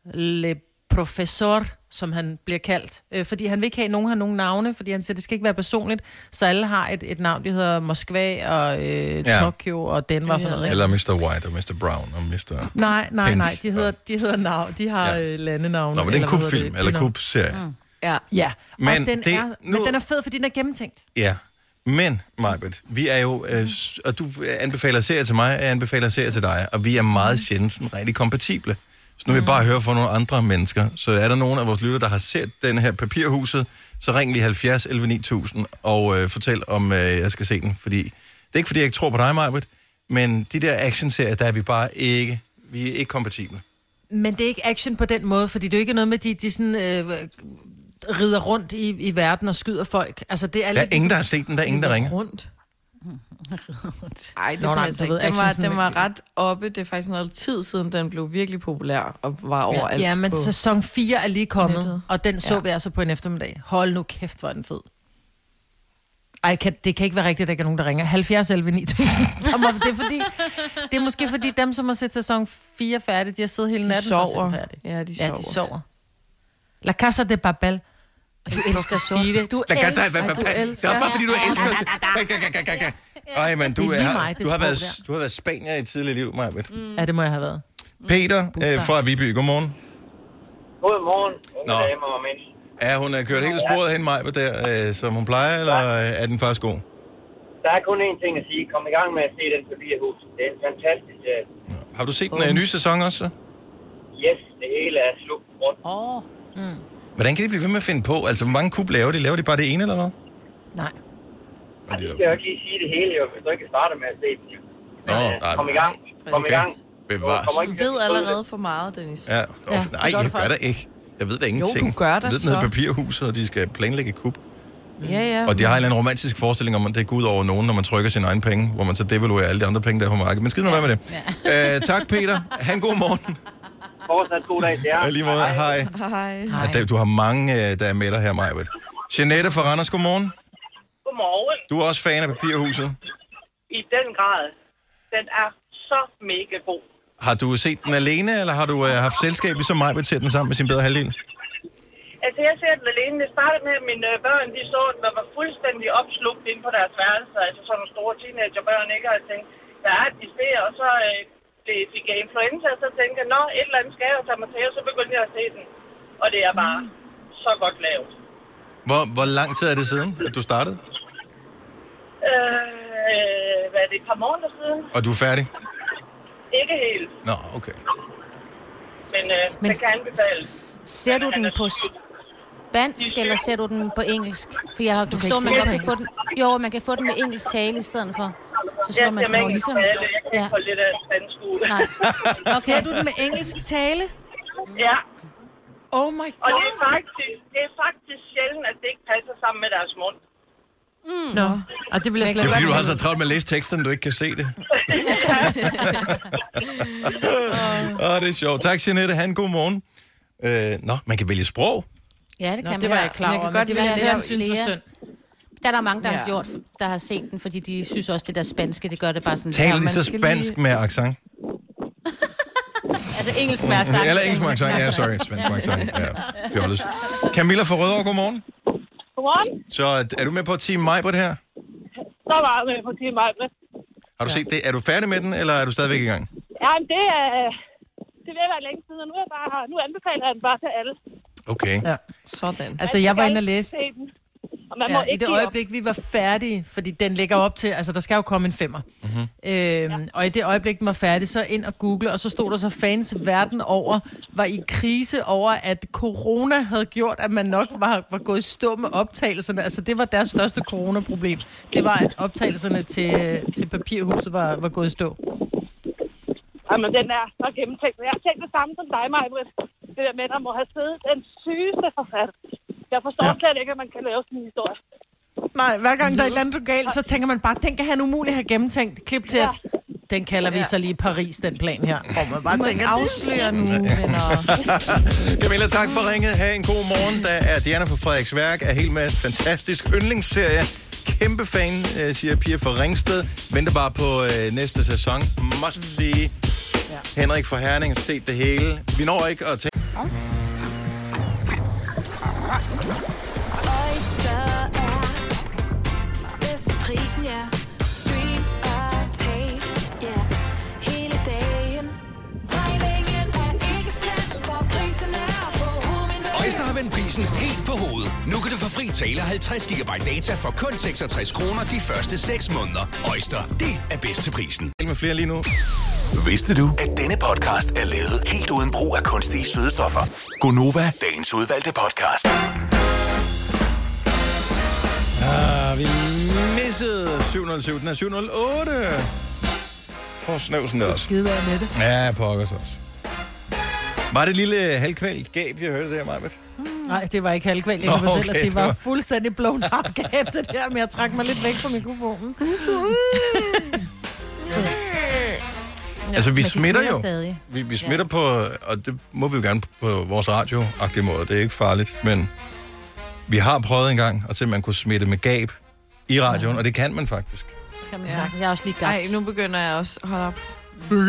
le professor, som han bliver kaldt. Øh, fordi han vil ikke have, at nogen har nogen navne, fordi han siger, det skal ikke være personligt, så alle har et, et navn, der hedder Moskva og øh, Ja. Tokyo og Denver og sådan noget. Ikke? Eller mister White og mister Brown og mister Nej, nej, Pink. nej, de hedder, de hedder navn, de har Ja. ja. øh, landenavne. Nå, men det er en eller hvad hedder kubfilm, det? eller Bynavn. kubserie. Mm. Ja. Ja, Men men, den det- er, nu- men den er fed, fordi den er gennemtænkt. Ja, men, Maj-Brit, vi er jo, øh, s- og du anbefaler serier til mig, og jeg anbefaler serier til dig, og vi er meget sjældent sådan rigtig kompatible. Så nu vil jeg bare høre fra nogle andre mennesker. Så er der nogen af vores lytter, der har set den her Papirhuset, så ring lige halvfjerds elleve ni tusind og øh, fortæl, om øh, jeg skal se den. Fordi, det er ikke, fordi jeg ikke tror på dig, Maj-Brit, men de der actionserier, der er vi bare ikke, vi er ikke kompatible. Men det er ikke action på den måde, fordi det er jo ikke noget med, de, de sådan, øh, rider rundt i, i verden og skyder folk. Altså, det er Der er lidt ingen, der ligesom- har set den, der er ingen, der ringer. Rundt. Ej, det Nå, Nå, nej, altså du ved, ikke. Den var, action den sådan var ikke- ret oppe. Det er faktisk noget tid siden, den blev virkelig populær og var overalt. Ja, men på. sæson fire er lige kommet, nettet. og den så Ja. vi altså på en eftermiddag. Hold nu kæft, hvor er den fed. Ej, kan, det kan ikke være rigtigt, at der ikke er nogen, der ringer. halvfjerds elleve ni tusind. Der må- Det er, fordi, det er måske fordi dem, som har set sæson fire færdig, de har siddet hele De natten for at se sover. den færdig. Ja, de Ja, sover. de sover. La Casa de Papel. Du elsker at sige det. Du La elsker, Casa de du Papel. elsker. Det er bare fordi, du elsker. Ej, men du, Det er lige er, mig, det du, har sprog været, du har været spanier i et tidligt liv, Maja. Mm. Ja, det må jeg have været. Peter øh, fra Viby, godmorgen. Godmorgen, unge Nå. damer og mænd. Er hun er kørt hele sporet hen, Maja, der, øh, som hun plejer, eller er den faktisk god? Der er kun én ting at sige. Kom i gang med at se den papirhus. Det er en fantastisk serie. Har du set den øh, nye sæson også? Yes, det hele er slugt rundt. Åh. Oh. Mm. Hvordan kan de blive ved med at finde på? Altså, hvor mange kub laver de? Laver de bare det ene, eller hvad? Nej. Og de skal jo ikke lige sige det hele, jo, hvis du ikke starter med at se den. Nå, Men, nej, øh, kom i gang. Kom i gang. Bevares. kommer Du ikke til ved at fortryde allerede det. for meget, Dennis. Ja, Ja, ja det nej, gør jeg du gør faktisk. da ikke. Jeg ved da ingenting. du gør da Jeg ved, den hedder så. Papirhuset, og de skal planlægge et kub. Ja, ja. Og de har en eller anden romantisk forestilling om, at det går ud over nogen, når man trykker sine egne penge, hvor man så devaluerer alle de andre penge, der er på markedet. Men skid nu være med det. Ja. Øh, tak, Peter. Ha' en god morgen. Fortsat god dag til jer. Ja, lige måde. Hej. Hej. Ja, der- du har mange, øh, der er med dig her, Majbet. Jeanette fra Randers, godmorgen. Godmorgen. Du er også fan af Papirhuset. I den grad. Den er så mega god. Har du set den alene, eller har du øh, haft selskab ligesom Majbet til den sammen med sin bedre halvdel? Altså, jeg ser den alene. Det startede med, at mine øh, børn, de så den og var fuldstændig opslugt inde på deres værelse. Altså sådan nogle store teenagerbørn, ikke? Og jeg tænkte, der er de ser, og så øh, det fik jeg influenza, og så tænkte jeg, nå, et eller andet skal jeg jo tage mig til, og så begyndte jeg at se den. Og det er bare mm. så godt lavet. Hvor, hvor lang tid er det siden, at du startede? Øh, hvad er det, et par måneder siden? Og du er færdig? Ikke helt, Nå, okay. men, øh, Men det kan anbefales. Ser du den på spansk, eller ser du den på engelsk? For jeg har kan forstået, ikke man se godt den kan på få den. Jo, man kan få den med engelsk tale i stedet for. Så Jeg slår ser man med den over engelsk ligesom. tale. Jeg kan Ja. ikke få lidt af spansk ud. Nej. Okay. Ser du den med engelsk tale? Ja, Oh my og god. det er faktisk, det er faktisk sjældent, at det ikke passer sammen med deres mund. Nå, og det vil jeg Det slet er fordi, du ikke. har så travlt med at læse teksten, du ikke kan se det. Åh, det er sjovt. Tak, Jeanette. Ha' en god morgen. Øh, nå, man kan vælge sprog. Ja, det Nå, kan det man. var jeg klar Men jeg over, kan men godt det lide, vil jeg at næsten der er synes var flere. synd. Der er der mange, der har Ja. gjort, der har set den, fordi de synes også, det der spanske, det gør det bare sådan. Taler Ja, de man så skal spansk med accent? Altså engelsk med accent. Eller engelsk med accent? Ja, sorry. Spansk med accent. Ja, fjolles. Camilla fra Rødovre, godmorgen. Godmorgen. Så er du med på Team Majbert her? Så var jeg med på Team Majbert. Har du set det? Er du færdig med den, eller er du stadigvæk i gang? Ja, men det er... Det vil være længe siden, og nu, er jeg bare, nu anbefaler jeg den bare til alle. Okay. Ja. Sådan. Altså, jeg var inde og læse. Se den. Og man må Ja, i ikke det give op. øjeblik, vi var færdige, fordi den ligger op til, altså der skal jo komme en femmer. Mm-hmm. Øhm, og i det øjeblik, den var færdig, så ind og google, og så stod der så, fans verden over var i krise over, at corona havde gjort, at man nok var, var gået i stå med optagelserne. Altså det var deres største coronaproblem. Det var, at optagelserne til, til Papirhuset var, var gået i stå. Jamen, den er så gennemtænkt. Jeg har tænkt det samme som dig, Majbrit. Det der med, at der må have siddet den sygeste forfatter. Jeg forstår Ja. ja. slet ikke, at man kan lave sådan en historie. Nej, hver gang der er et eller andet galt, så tænker man bare, den kan han umuligt have gennemtænkt. Klip til, Ja. at den kalder vi så lige Paris, den plan her. Hvor man bare Man tænker, afslører nu, venner. Camilla, tak for ringet. Ha' en god morgen. Der er Diana på Frederiksværk, er helt med en fantastisk yndlingsserie. Kæmpe fan, øh, siger Pia fra Ringsted. Venter bare på øh, næste sæson. Must see. Ja. Henrik fra Herning har set det hele. Vi når ikke at tænke... Oyster er bedst til prisen, ja. Stream og tag, ja. Hele dagen. Regningen er ikke slem, for prisen er på hovedet. Oyster har vendt prisen helt på hovedet. Nu kan du få fri tale halvtreds gigabyte data for kun seksogtres kroner de første seks måneder. Oyster, det er bedst til prisen. med flere lige nu. Vidste du, at denne podcast er lavet helt uden brug af kunstige sødestoffer? Gonova, dagens udvalgte podcast. Ah, vi missede syv nul syv. Den er syv nul otte. For snøvsen der også. skide af med det. Ja, pokkers også. Var det et lille halvkvælt gab, jeg hørte der, Majbet? Nej, det var ikke halvkvæl. Jeg Nå, kan fortælle, okay, at det det var var- fuldstændig blown up gab, det der, men jeg trak mig lidt væk fra mikrofonen. Altså, vi Men de smitter jo. stadig. Vi, vi smitter på, og det må vi jo gerne på vores radio-agtige måde. Det er ikke farligt, men vi har prøvet en gang at se, om man kunne smitte med gab i radioen, og det kan man faktisk. Kan man Ja. sagtens. Jeg er også lige Ej, gabt. nu begynder jeg også. Hold op.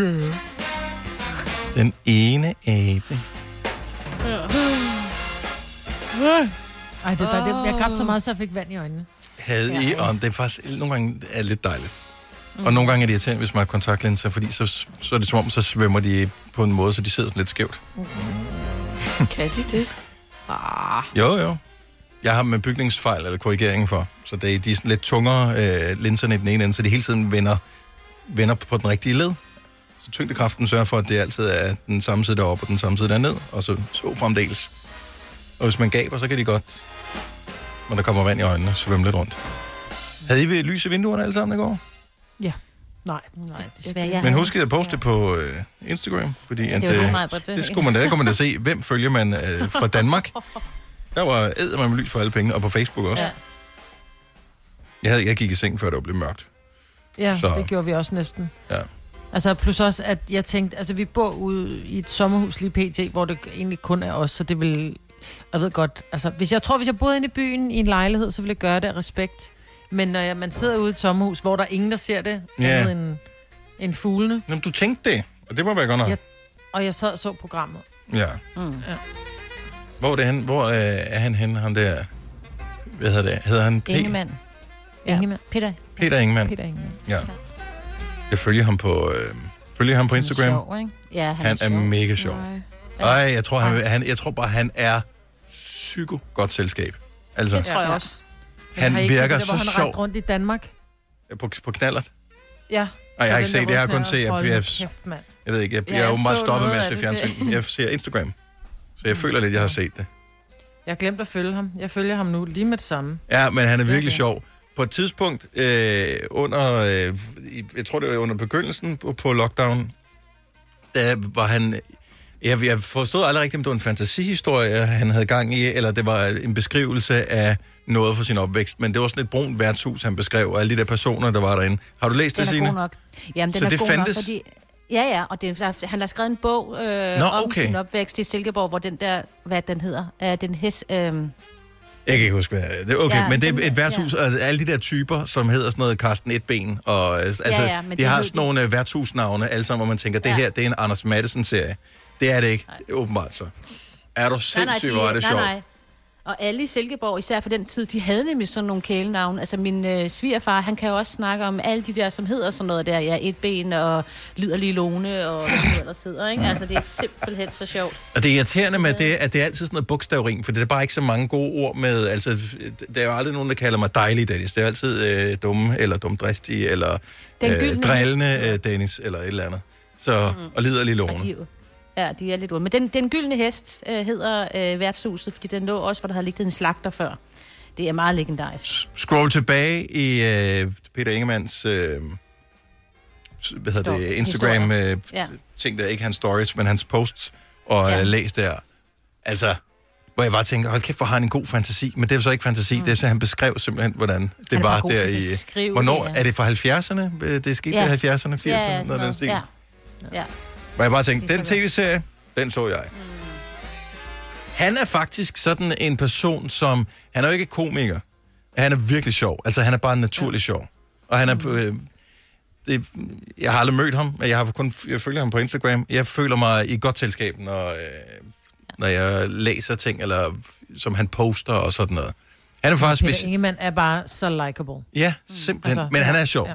Den ene abe. Ej, det er bare det. Jeg græbte så meget, så jeg fik vand i øjnene. Havde I, og det er faktisk nogle gange er lidt dejligt. Mm. Og nogle gange er det irriterende, hvis man har kontaktlinser, fordi så, så er det som om, så svømmer de på en måde, så de sidder sådan lidt skævt. Mm. Kan de det? Ah. Jo, jo. Jeg har med bygningsfejl eller korrigering for, så det er, de er sådan lidt tungere øh, linserne i den ene ende, så de hele tiden vender, vender på den rigtige led. Så tyngdekraften sørger for, at det altid er den samme side deroppe og den samme side derned, og så så fremdeles. Og hvis man gaber, så kan de godt, når der kommer vand i øjnene, svømme lidt rundt. Havde I ved lys i vinduerne alle sammen i går? Ja. Nej. Nej, desværre. Jeg Men husk at poste det på øh, Instagram, fordi Ja, at, det er jo øh, meget godt, det. det skulle man da, kunne man da se, hvem følger man øh, fra Danmark. Der var eddermame med lys for alle penge, og på Facebook også. Ja. Jeg, havde, jeg gik i seng, før det blev mørkt. Ja, Så- det gjorde vi også næsten. Ja. Altså plus også, at jeg tænkte, altså vi bor ude i et sommerhus lige pt, hvor det egentlig kun er os, så det vil, jeg ved godt, altså hvis jeg tror, hvis jeg boede inde i byen i en lejlighed, så ville jeg gøre det af respekt. Men når jeg, man sidder ude i et sommerhus, hvor der er ingen, der ser det, Ja. andet end, end fuglene, Jamen, du tænkte det, og det må være godt nok. Ja. og jeg sad og så programmet. Ja. Mm. Ja. Hvor er, det hen? Hvor øh, er han henne, ham der? Hvad hedder det? Hedder han P? Ingemann. Ja. Ingemann. Peter. Peter Ingemann. Peter Ingemann. Ja. Jeg følger ham på, øh, følger ham på Instagram. Han er sjov, ikke? Ja, han, Han er sjov. mega sjov. Nej. Ej, jeg tror, han, han, jeg tror bare, han er psyko godt selskab. Altså, Det tror jeg Ja. også. han Har I ikke virker set det, så hvor han sjov rejste rundt i Danmark? på, på knallert. Ja. Nej, jeg har ikke Den set det. der Jeg har kun røde set, jeg, knald. jeg, Hold nu kæft, mand. jeg ved ikke, jeg, Ja, jeg er jo jeg meget så stoppet med at noget se af det. fjernsyn. Jeg ser Instagram. Så jeg føler lidt, jeg har set det. Jeg glemte at følge ham. Jeg følger ham nu lige med det samme. Ja, men han er virkelig Okay. sjov. På et tidspunkt øh, under, øh, i- jeg tror det var under begyndelsen på, på lockdown, der var han, jeg, jeg forstod aldrig rigtigt, om det var en fantasihistorie, han havde gang i, eller det var en beskrivelse af noget for sin opvækst, men det var sådan et brunt værtshus, han beskrev, og alle de der personer, der var derinde. Har du læst det, Den er Signe? god nok. Jamen, den Så er det god fandtes? nok, fordi... Ja, ja, og det, er- han har skrevet en bog øh, Nå, om okay. sin opvækst i Silkeborg, hvor den der, hvad den hedder, øh, den hes... Øh, Jeg kan ikke huske, hvad det er. Okay, ja, Ja, men det er den- et værtshus, og alle de der typer, som hedder sådan noget Karsten Etben, og øh, altså, ja, men de det har ved sådan de. nogle øh, værtshusnavne, alle sammen, hvor man tænker, det Ja. her, det er en Anders Madsen-serie. Det er det ikke, det er åbenbart så. Er du sindssygt, hvor er det nej, sjovt? nej. Og alle i Silkeborg, især for den tid, de havde nemlig sådan nogle kælenavne. Altså min øh, svigerfar, han kan jo også snakke om alle de der, som hedder sådan noget der, ja, et ben og liderlige lone og hvad det ellers hedder, ikke? Altså det er simpelthen så sjovt. Og det er irriterende med det, at det er altid sådan noget bogstavring, for det er bare ikke så mange gode ord med, altså, der er jo aldrig nogen, der kalder mig dejlig, Dennis. Det er altid øh, dumme, eller dumdristig, eller Den øh, gyldne drillende, øh, Dennis, eller et eller andet. Så, mm. og liderlig Og de, låne. er jo- ja, de er lidt onde. Men den, den gyldne hest øh, hedder øh, værtshuset, fordi den lå også, hvor der havde ligget en slagter før. Det er meget legendarisk. Scroll tilbage i øh, Peter Ingemanns øh, s- hvad hedder det, Story. Instagram øh, Ja. ting, der ikke hans stories, men hans posts, og Ja. ja. øh, læs der. Altså, hvor jeg bare tænker, hold kæft, hvor har han en god fantasi. Men det er så ikke fantasi, mm. det er så, han beskrev simpelthen, hvordan det Han er var bare god der til at i... beskrive Hvornår? det, ja. Er det fra halvfjerdserne? Øh, Det skete Ja. i halvfjerdserne, firserne? Ja, ja, noget af den stil. ja. ja. Hvor jeg bare tænkte, Det er den så tv-serie, den så jeg. Mm. Han er faktisk sådan en person, som... Han er jo ikke komiker. Han er virkelig sjov. Altså, han er bare naturlig ja. sjov. Og han er... Øh, det, jeg har aldrig mødt ham, men jeg har kun jeg følger ham på Instagram. Jeg føler mig i godt selskab, når, øh, når jeg læser ting, eller som han poster og sådan noget. Han er faktisk... Peter speci- Ingemann er bare så likable. Ja, simpelthen. Altså, men han ja, er sjov. ja.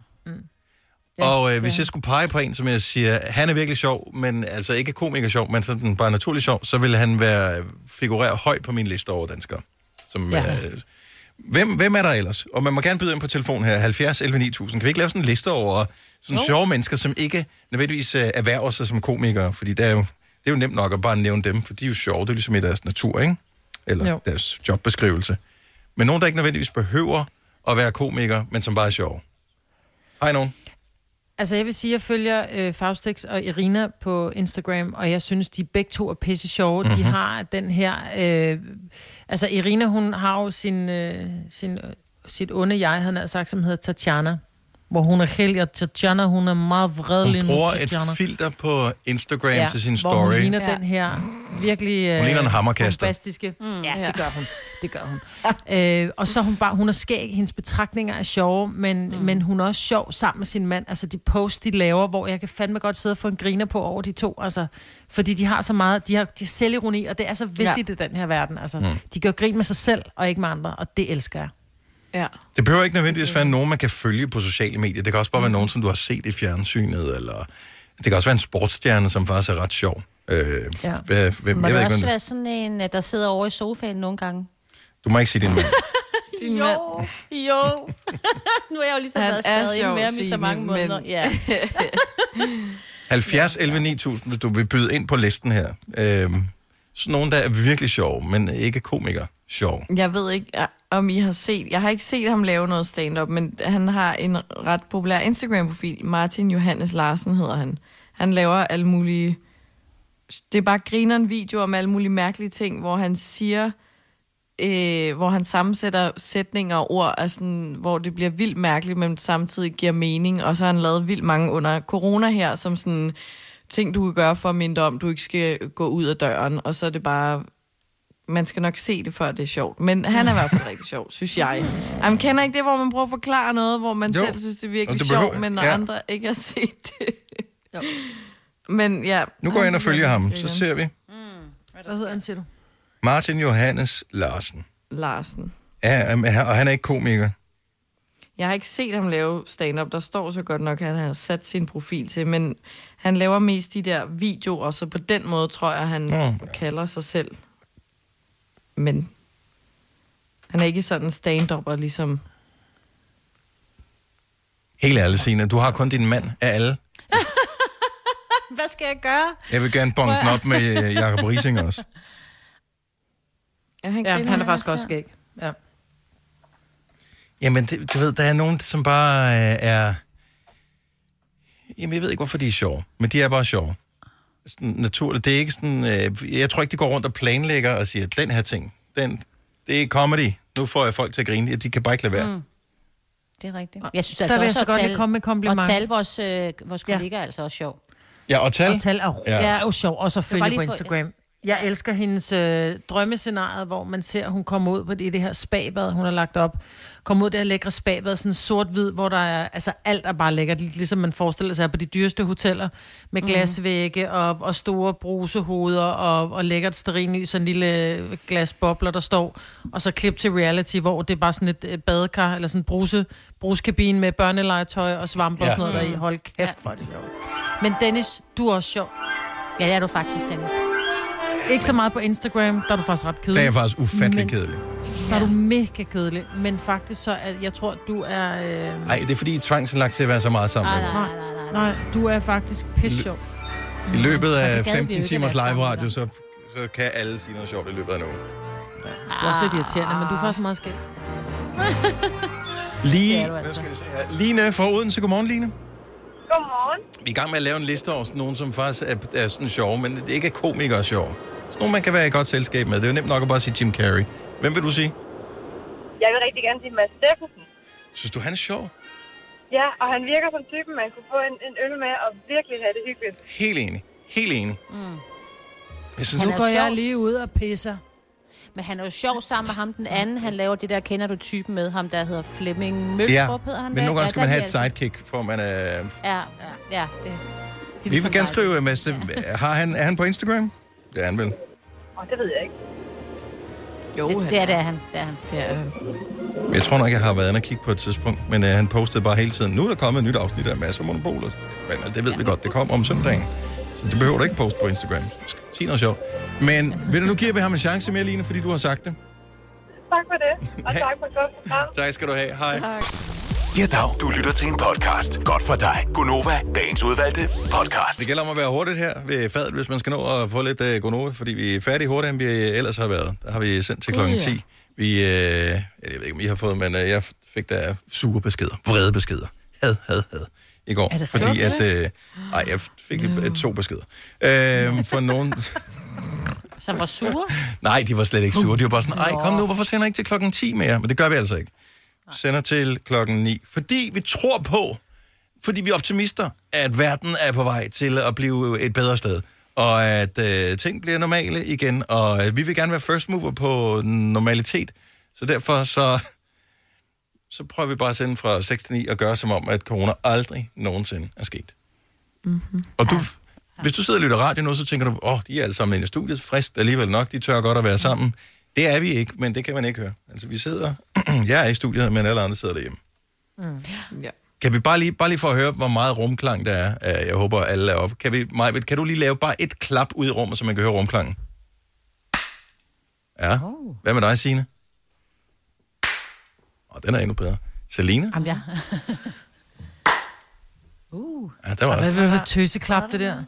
Ja, og øh, det hvis er jeg skulle pege på en, som jeg siger, han er virkelig sjov, men altså ikke komiker sjov, men sådan bare naturlig sjov, så ville han være figurere højt på min liste over danskere. Som, Ja. øh, hvem, hvem er der ellers? Og man må gerne byde ind på telefon her, halvfjerds elleve ni tusind. Kan vi ikke lave sådan en liste over sådan Jo. sjove mennesker, som ikke nødvendigvis øh, erhverver sig som komikere? Fordi det er, jo, det er jo nemt nok at bare nævne dem, for de er jo sjove, det er ligesom i deres natur, ikke? Eller Jo. deres jobbeskrivelse. Men nogen, der ikke nødvendigvis behøver at være komiker, men som bare er sjove. Hej nogen. Altså, jeg vil sige, at jeg følger øh, Faustix og Irina på Instagram, og jeg synes, de begge to er pisse sjove. Mm-hmm. De har den her... Øh, altså, Irina, hun har jo sin, øh, sin, øh, sit onde jeg, han har sagt, som hedder Tatjana, hvor hun er helt, og Tatjana, hun er meget vred lige Hun nu. bruger et Tatjana. filter på Instagram ja, til sin hvor story. hun ligner Ja. den her virkelig Hun ligner en øh, hammerkaster. bombastiske. Mm, ja, det gør hun. Det gør hun. øh, og så er hun bare, hun er skæg, hendes betragtninger er sjove, men, mm. men hun er også sjov sammen med sin mand. Altså de posts, de laver, hvor jeg kan fandme godt sidde og få en griner på over de to. Altså, fordi de har så meget, de har, de har selvironi, og det er så vigtigt ja. i den her verden. Altså, mm. de gør grin med sig selv, og ikke med andre, og det elsker jeg. Ja. Det behøver ikke nødvendigvis være nogen, man kan følge på sociale medier. Det kan også bare være nogen, som du har set i fjernsynet, eller det kan også være en sportsstjerne, som faktisk er ret sjov. Øh, Ja. hvad, hvem, Må jeg det ved også ikke, være sådan en, der sidder over i sofaen nogle gange? du må ikke sige din mand. Din mand. Jo. Nu er jeg jo lige så Han været er stadig sjov, med ham i så Signe, mange måneder. men- Ja. halvfjerds elleve ni tusind, hvis du vil byde ind på listen her. Øh, sådan nogen, der er virkelig sjov, men ikke komikere sjov. Jeg ved ikke, om I har set... Jeg har ikke set ham lave noget stand-up, men han har en ret populær Instagram-profil. Martin Johannes Larsen hedder han. Han laver alle mulige... Det er bare grineren video om alle mulige mærkelige ting, hvor han siger... Øh, hvor han sammensætter sætninger og ord, altså, hvor det bliver vildt mærkeligt, men samtidig giver mening. Og så har han lavet vildt mange under corona her, som sådan ting, du kan gøre for at minde om, du ikke skal gå ud af døren. Og så er det bare... Man skal nok se det, før det er sjovt. Men han er i hvert fald rigtig sjov, synes jeg. Man kender ikke det, hvor man prøver at forklare noget, hvor man Jo, selv synes, det er virkelig og det sjovt, behøver- men når ja. andre ikke har set det. Men ja... Nu går jeg ind og følger ham, så ser vi. Hvad hedder han, siger du? Martin Johannes Larsen. Larsen. Ja, og han er ikke komiker. Jeg har ikke set ham lave stand-up. Der står så godt nok, at han har sat sin profil til, men han laver mest de der videoer, så på den måde tror jeg, han Nå. kalder sig selv. Men han er ikke sådan stand-upper, ligesom... Helt ærligt, Signe, du har kun din mand af alle. Hvad skal jeg gøre? Jeg vil gerne bonke den op med øh, Jacob Riesing også. Ja, han, Ja, griner han er faktisk også også skæg. Ja. Jamen, det, du ved, der er nogen, som bare øh, er... Jamen, jeg ved ikke, hvorfor de er sjove, men de er bare sjove. Sådan naturligt. Det er ikke sådan... Øh, jeg tror ikke, de går rundt og planlægger og siger, den her ting, den, det er comedy. Nu får jeg folk til at grine. De kan bare ikke lade være. Mm. Det er rigtigt. Jeg synes Der altså vil jeg også, så at godt lige tale, komme med kompliment. og tale vores, øh, vores Ja. kollega er altså også sjov. Ja, og tal. Og tal er, Ja. ja. er jo sjov, og Jeg selvfølgelig vil på bare lige få- Instagram. Jeg elsker hendes øh, drømmescenarie, hvor man ser, hun kommer ud på det, det her spabad, hun har lagt op. Kommer ud det her lækre spabad, sådan sort-hvid, hvor der er, altså alt er bare lækkert, ligesom man forestiller sig på de dyreste hoteller, med glasvægge og, og store brusehoveder og, og lækkert stearinlys og en lille glasbobler, der står. Og så klip til reality, hvor det er bare sådan et øh, badekar, eller sådan en bruse, bruskabine med børnelegetøj og svamper Ja. og sådan noget der i. Hold kæft, Ja. hvor er det sjovt. Men Dennis, du er også sjov. Ja, det er du faktisk, Dennis. Ikke så meget på Instagram, der er du faktisk ret Det kedelig. er faktisk ufattelig Men- kedeligt. Så er du mega kedelig. Men faktisk så, at jeg tror, du er... Øh... Nej, det er fordi, I er tvangsindlagt til at være så meget sammen. Nej, nej, med nej, nej, nej. Nej, du er faktisk pisse sjov. mig. I løbet af det gad vi jo femten ikke timers at være live sammen radio, så, så kan alle sige noget sjovt i løbet af en uge. Du er også lidt irriterende, men du er faktisk meget skæld. Lige, Det er du hvad altså. skal jeg sige her? Line fra Odense. Godmorgen, Line. Godmorgen. Vi er i gang med at lave en liste over sådan nogen, som faktisk er, er sådan sjove, men det ikke er komikere sjove. Sådan nogen, man kan være i godt selskab med. Det er jo nemt nok at bare sige Jim Carrey. Hvem vil du sige? Jeg vil rigtig gerne sige Mads Steffensen. Synes du, han er sjov? Ja, og han virker som typen, man kunne få en, en øl med og virkelig have det hyggeligt. Helt enig. Helt enig. Mm. Jeg synes, Nu er går jeg sjov. lige ud og pisser. Men han er jo sjov sammen med ham den anden. Han laver det der, kender du typen med ham, der hedder Flemming Mølstrup, ja, hedder han men der? nogle gange skal ja, man have der et er de sidekick, for man er... altså- Ja, ja, ja. Det, det Vi ligesom vil gerne dig. skrive, Mads. det- Har han, er han på Instagram? Det er han vel. Og det ved jeg ikke. Jo, Det, han det er det, er han. Det er han. Det er han. Jeg tror nok, jeg har været inde og kigge på et tidspunkt, men uh, han postede bare hele tiden. Nu er der kommet et nyt afsnit af Mads og Monopolet. Men uh, det ved vi godt, det kommer om søndagen. Så det behøver du ikke poste på Instagram. Sig noget sjovt. Men ved du, nu giver vi ham en chance mere, Line, fordi du har sagt det. Tak for det, og tak for et godt program. Tak skal du have. Hej. Ja, dag. Du lytter til en podcast. Godt for dig. Gunova, dagens udvalgte podcast. Det gælder om at være hurtigt her ved fadet, hvis man skal nå at få lidt uh, Gonova, fordi vi er færdige hurtigere, end vi ellers har været. Der har vi sendt til klokken ti. Vi, uh, jeg ved ikke, om I har fået, men uh, jeg fik da sure beskeder, vrede beskeder. Had, had, had i går. Er det fordi at, uh, nej, jeg fik mm. to beskeder. Uh, for nogen... Som var sure. Nej, de var slet ikke sure. De var bare sådan, ej, kom nu, hvorfor sender I ikke til klokken ti mere? Men det gør vi altså ikke. Sender til klokken ni. Fordi vi tror på, Fordi vi er optimister, at verden er på vej til at blive et bedre sted. Og at øh, ting bliver normale igen. Og øh, vi vil gerne være first mover på normalitet. Så derfor så, så prøver vi bare at sende fra seks til ni og gøre som om, at corona aldrig nogensinde er sket. Mm-hmm. Og du, hvis du sidder og lytter radio nu, så tænker du, åh, oh, de er alle sammen inde i studiet. Frist alligevel nok, de tør godt at være sammen. Det er vi ikke, men det kan man ikke høre. Altså vi sidder, jeg er i studiet, men alle andre sidder derhjemme. Mm. Ja. Kan vi bare lige, bare lige for at høre, hvor meget rumklang der er? Jeg håber, alle er oppe. Kan, vi, Maj, kan du lige lave bare et klap ud i rummet, så man kan høre rumklangen? Ja. Hvad med dig, Signe? Åh, den er endnu bedre. Selina? Jamen, ja. uh. Ja, der var Hvad også. vil du for tøseklap, det der?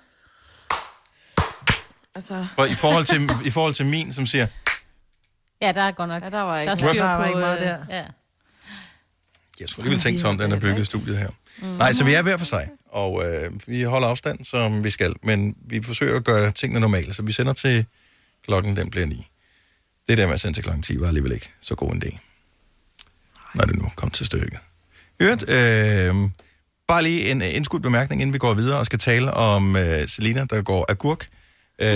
Altså... Og i forhold til, i forhold til min, som siger... Ja, der er godt nok. Ja, der var ikke, der er styr Der var på, ikke meget øh, der. Ja. Jeg skulle alligevel tænke sig om, den er bygget studiet her. Mm. Nej, så vi er hver for sig, og øh, vi holder afstand, som vi skal, men vi forsøger at gøre tingene normale, så vi sender til klokken, den bliver ni. Det der med at sende til klokken ti var alligevel ikke så god en dag, når det nu kom til stykket. Hørt, øh, bare lige en indskudt bemærkning, inden vi går videre og skal tale om øh, Selina, der går agurk. Øh,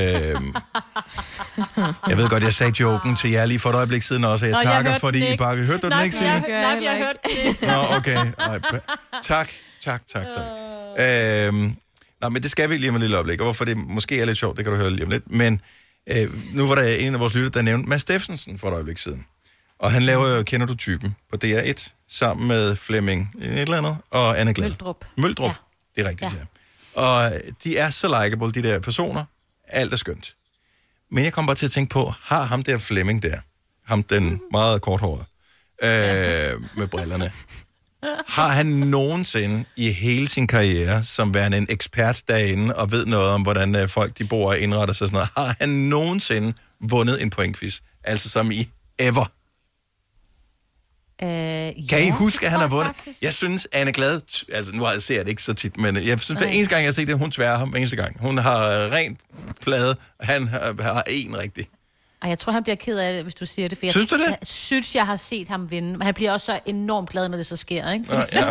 jeg ved godt, jeg sagde joken til jer lige for et øjeblik siden også, og jeg Nå, jeg takker, hørte fordi den I ikke. bakker. Hørte du den ikke, Signe? Nej, jeg, jeg hørte det. Nå, okay. Ej, tak, tak, tak, tak. Øhm, nej, men det skal vi lige om et lille øjeblik, og hvorfor det måske er lidt sjovt, det kan du høre lige om lidt. Men øh, nu var der en af vores lytter, der nævnte Mads Steffensen for et øjeblik siden. Og han laver jo Kender du typen på D R et, sammen med Flemming et eller andet, og Anne Glad. Møldrup. Møldrup, Ja. det er rigtigt, Ja. ja. Og de er så likeable, de der personer. Alt er skønt. Men jeg kom bare til at tænke på, har ham der Flemming der, ham den meget korthårede, øh, med brillerne, har han nogensinde i hele sin karriere, som værende en ekspert derinde, og ved noget om, hvordan øh, folk de bor og indretter sig og sådan noget, har han nogensinde vundet en pointquiz? Altså som i ever. Øh, Kan ja, I huske, at han har tror jeg vundet? faktisk. Jeg synes, Anne Glad, altså nu har jeg set det ikke så tit, men jeg synes, hver eneste gang, jeg har set det, hun tværer ham hver eneste gang. Hun har rent plade, og han har, har en rigtig. Og jeg tror, han bliver ked af det, hvis du siger det. For jeg, Synes du det? Jeg synes, jeg har set ham vinde. Men han bliver også så enormt glad, når det så sker, ikke? Nå, ja.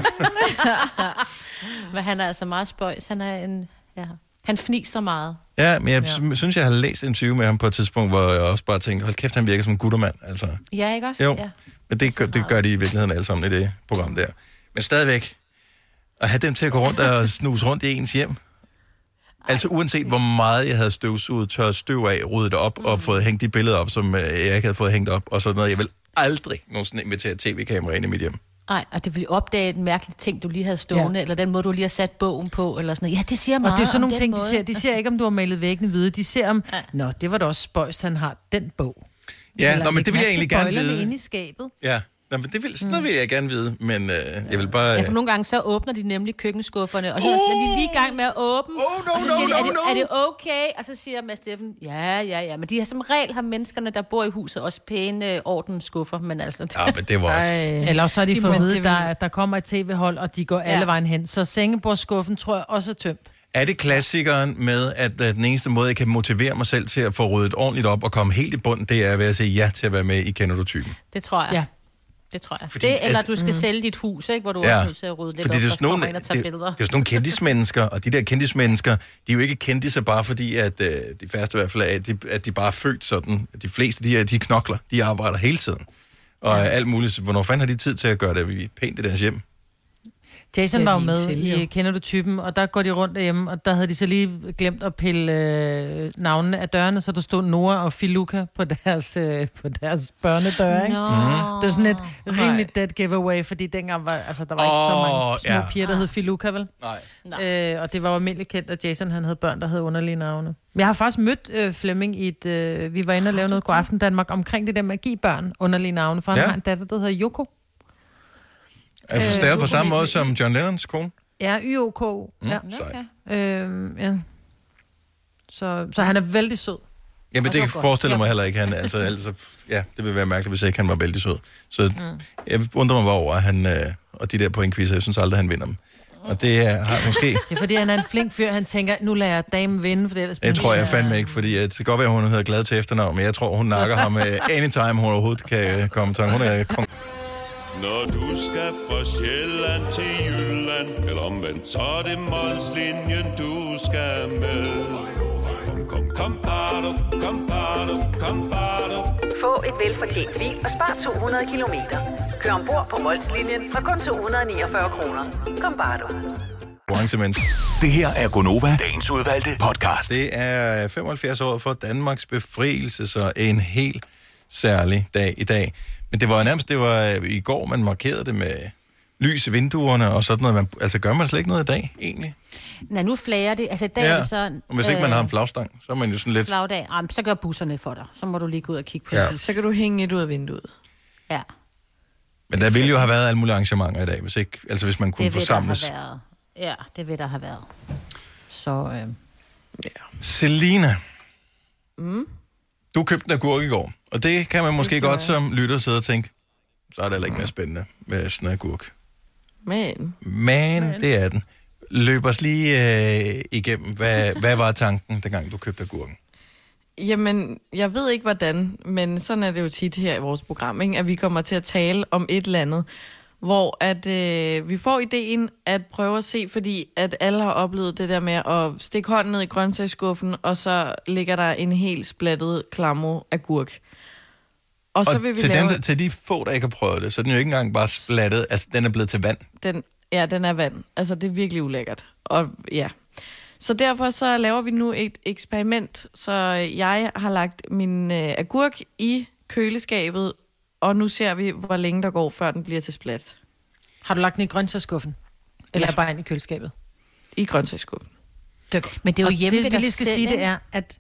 Men han er altså meget spøjs. Han er en... Ja. Han fniser meget. Ja, men jeg Ja. synes, jeg har læst en interview med ham på et tidspunkt, hvor jeg også bare tænkte, hold kæft, han virker som en guttermand, altså. Ja, ikke også? Jo, Ja. men det gør, det gør de i virkeligheden alle sammen i det program der. Men stadigvæk, at have dem til at gå rundt og snuse rundt i ens hjem. Altså uanset hvor meget jeg havde støvsuget, tørret støv af, ryddet op mm. og fået hængt de billeder op, som øh, jeg ikke havde fået hængt op, og sådan noget. Jeg vil aldrig nogensinde invitere tv-kamera ind i mit hjem. Nej, og det ville opdage en mærkelig ting, du lige havde stående, ja. Eller den måde, du lige har sat bogen på, eller sådan noget. Ja, det siger meget Og det er sådan om nogle den ting, de måde. ser. De ser ikke, om du har malet væggene hvide. De ser om, Ja. nå, det var da også spøjst, han har den bog. Ja, Eller nå, men det vil jeg læg egentlig mærke gerne til bøjlerne vide. inde i skabet. Ja, nå, men det vil, sådan noget vil jeg gerne vide, men øh, jeg vil bare... Ja, for nogle gange så åbner de nemlig køkkenskufferne, og så Oh! er de lige i gang med at åbne. Oh, no, og så no, siger de, no, er, det, no. er det okay? Og så siger Mads Steffen, ja, ja, ja. Men de har som regel, har menneskerne, der bor i huset, også pæne øh, ordensskuffer, men altså... Ja, men det var også... Eller så har de, de fået at må- vide, det der, vil- der kommer et tv-hold, og de går alle Ja. vejen hen. Så sengebordsskuffen tror jeg også er tømt. Er det klassikeren med, at, at den eneste måde, jeg kan motivere mig selv til at få ryddet ordentligt op og komme helt i bund, det er ved at sige ja til at være med i Kender du typen? Det tror jeg. Ja. Det tror jeg. Fordi det, eller at- du skal mm. sælge dit hus, ikke? Hvor du Ja. er nødt til at rydde lidt Fordi op, det er, og sådan nogle, kommer ind og det, tager det er billeder. sådan nogle kendismennesker, og de der kendismennesker, de er jo ikke kendiser bare fordi, at øh, de færreste i hvert fald er, at de, at de bare er født sådan. De fleste, de, er, de knokler, de arbejder hele tiden. Og ja. alt muligt. Så hvornår fanden har de tid til at gøre det pænt i deres hjem? Jason Ja, var jo lige med til, i jo. Kender du typen, og der går de rundt derhjemme, og der havde de så lige glemt at pille øh, navnene af dørene, så der stod Nora og Filuka på deres, øh, på deres børnedøre, ikke? Nå. Mhm. Det var sådan et rimelig dead giveaway, fordi dengang var, altså, der var ikke så Åh, mange små ja. piger, der hed Filuka, vel? Nej. Øh, og det var jo almindeligt kendt, at Jason han havde børn, der havde underlige navne. Jeg har faktisk mødt øh, Flemming i et... Øh, vi var inde og lave noget God Aften Danmark omkring det der med at give børn underlige navne, for han Ja. har en datter, der hedder Yoko. Er du stadig på samme måde som John Lennons kone? Ja, Y O K. Mm, Ja. sejt. Øh, ja. Så, så han er vældig sød. Jamen, det det var kan godt. forestille Ja. mig heller ikke. Han, altså, altså, ja, det vil være mærkeligt, hvis ikke han var vældig sød. Så mm. jeg undrer mig bare over, at han, øh, og de der pointquizzer, jeg synes aldrig, han vinder dem. Og det er, har måske... Det er fordi, han er en flink fyr. Han tænker, nu lader jeg damen vinde, for det ellers... Jeg tror jeg bliver- fandme ikke, fordi at det kan godt være, at hun hedder Glad til efternavn, men jeg tror, hun nakker ham uh, anytime, hun overhovedet kan uh, komme til. Hun er kong. Når du skal fra Sjælland til Jylland, eller omvendt, så er det Molslinjen, du skal med. Kom, kom, kom, bado, kom, bado, kom, bado. Få et velfortjent bil og spar to hundrede kilometer. Kør ombord på Molslinjen fra kun to hundrede niogfyrre kroner. Kom, bare du. Det her er Gonova, dagens udvalgte podcast. Det er femoghalvfjerds år for Danmarks befrielse, så en helt særlig dag i dag. Men det var nærmest, det var i går, man markerede det med lys i vinduerne og sådan noget. Man, altså gør man slet ikke noget i dag, egentlig? Nej, nu flager det. Altså i dag ja. er det så... Og hvis ikke man har en flagstang, så er man jo sådan lidt... Flagdag. Jamen, så gør busserne for dig. Så må du lige gå ud og kigge på ja. det. Så kan du hænge et ud af vinduet. Ja. Men der ville jo have været alle mulige arrangementer i dag, hvis ikke, altså hvis man kunne det forsamles. Det været. Ja, det vil der have været. Så, øh... ja. Selina, mm? du købte en agurk i går, og det kan man måske det godt som lytter sidde og tænke, så er det heller ikke mere spændende med sådan en agurk. Men. Men, Men. det er den. Løb os lige øh, igennem. Hvad, hvad var tanken, dengang du købte agurken? Jamen, jeg ved ikke hvordan, men sådan er det jo tit her i vores program, ikke? At vi kommer til at tale om et eller andet, hvor at øh, vi får ideen at prøve at se, fordi at alle har oplevet det der med at stikke hånden ned i grøntsagsskuffen, og så ligger der en helt splattet klammer agurk. Og, så og vil vi til, lave... dem, til de få, der ikke har prøvet det, så er den jo ikke engang bare splattet, altså den er blevet til vand. Den, ja, den er vand. Altså, det er virkelig ulækkert. Og ja... Så derfor så laver vi nu et eksperiment, så jeg har lagt min øh, agurk i køleskabet, og nu ser vi, hvor længe der går, før den bliver til splat. Har du lagt den i grøntsagsskuffen? Eller ja. bare ind i køleskabet? I grøntsagsskuffen. Det, Men det er jo og hjemme det, ved vi dig lige skal selv, sige, det ikke? er, at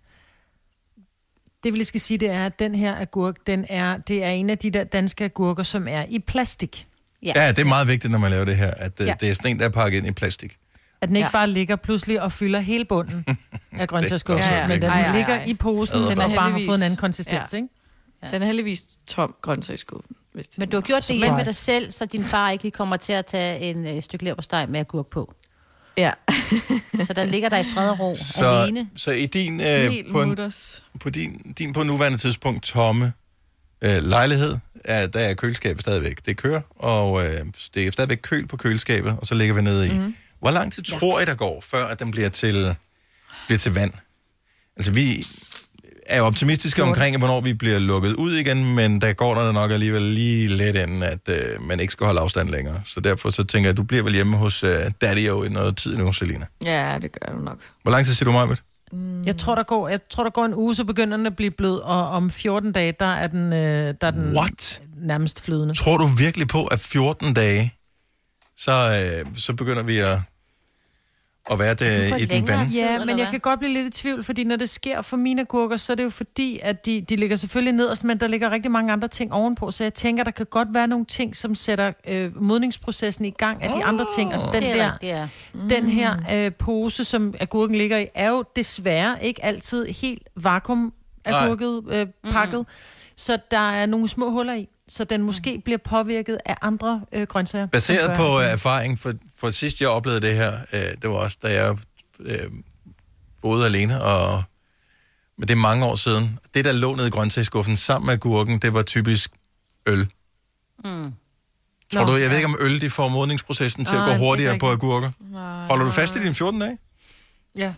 det vi lige skal sige, det er, at den her agurk, den er, det er en af de der danske agurker, som er i plastik. Ja, ja det er meget vigtigt, når man laver det her, at ja. det er sådan en, der er pakket ind i plastik. At den ikke Ja. bare ligger pludselig og fylder hele bunden af grøntsagsskuffen, Det er ja, også men den Ej, ej, ej. ligger i posen, Den den er og bare har heldigvis- fået en anden konsistens, Ja. ikke? Ja. Den er heldigvis tom grøntsagsskuffen. Hvis det Men du har gjort det Surprise. hjemme med dig selv, så din far ikke lige kommer til at tage en øh, stykke leverpostej med agurk på. Ja. Så der ligger der i fred og ro Så, alene. så i din, øh, Helt på, en, mutters. på din, din på nuværende tidspunkt tomme øh, lejlighed, er, der er køleskabet stadigvæk. Det kører, og øh, det er stadigvæk køl på køleskabet, og så ligger vi nede i. Mm. Hvor lang tid tror I, der går, før at den bliver til, bliver til vand? Altså, vi er jo optimistiske omkring, hvornår vi bliver lukket ud igen, men der går der nok alligevel lige lidt inden, at øh, man ikke skal holde afstand længere. Så derfor så tænker jeg, at du bliver vel hjemme hos øh, Daddy-O i noget tid nu, Selina. Ja, det gør du nok. Hvor lang tid siger du, Majbet? Mm. Jeg tror, der går, jeg tror, der går en uge, så begynder den at blive blød, og om fjorten dage, der er den, øh, der er den What? nærmest flydende. Tror du virkelig på, at fjorten dage, så, øh, så begynder vi at, at være det, i den vand? Ja, eller men jeg hvad? kan godt blive lidt i tvivl, fordi når det sker for mine agurker, så er det jo fordi, at de, de ligger selvfølgelig nederst, men der ligger rigtig mange andre ting ovenpå, så jeg tænker, der kan godt være nogle ting, som sætter øh, modningsprocessen i gang af de andre ting, og den Det er der, rigtigt, ja. mm. den her øh, pose, som agurken ligger i, er jo desværre ikke altid helt vakuum-agurket øh, pakket, mm. så der er nogle små huller i, så den måske mm. bliver påvirket af andre øh, grøntsager. Baseret på øh, erfaring, for, for sidst jeg oplevede det her, øh, det var også, da jeg øh, boede alene, og men det er mange år siden. Det, der lå nede i grøntsagsskuffen sammen med agurken, det var typisk øl. Mm. Tror Nå, du, jeg ved ja. ikke, om øl de får modningsprocessen til Nej, at gå ikke hurtigere på rigtigt. agurker? Nej. Holder du fast i dine fjorten dage? Ja.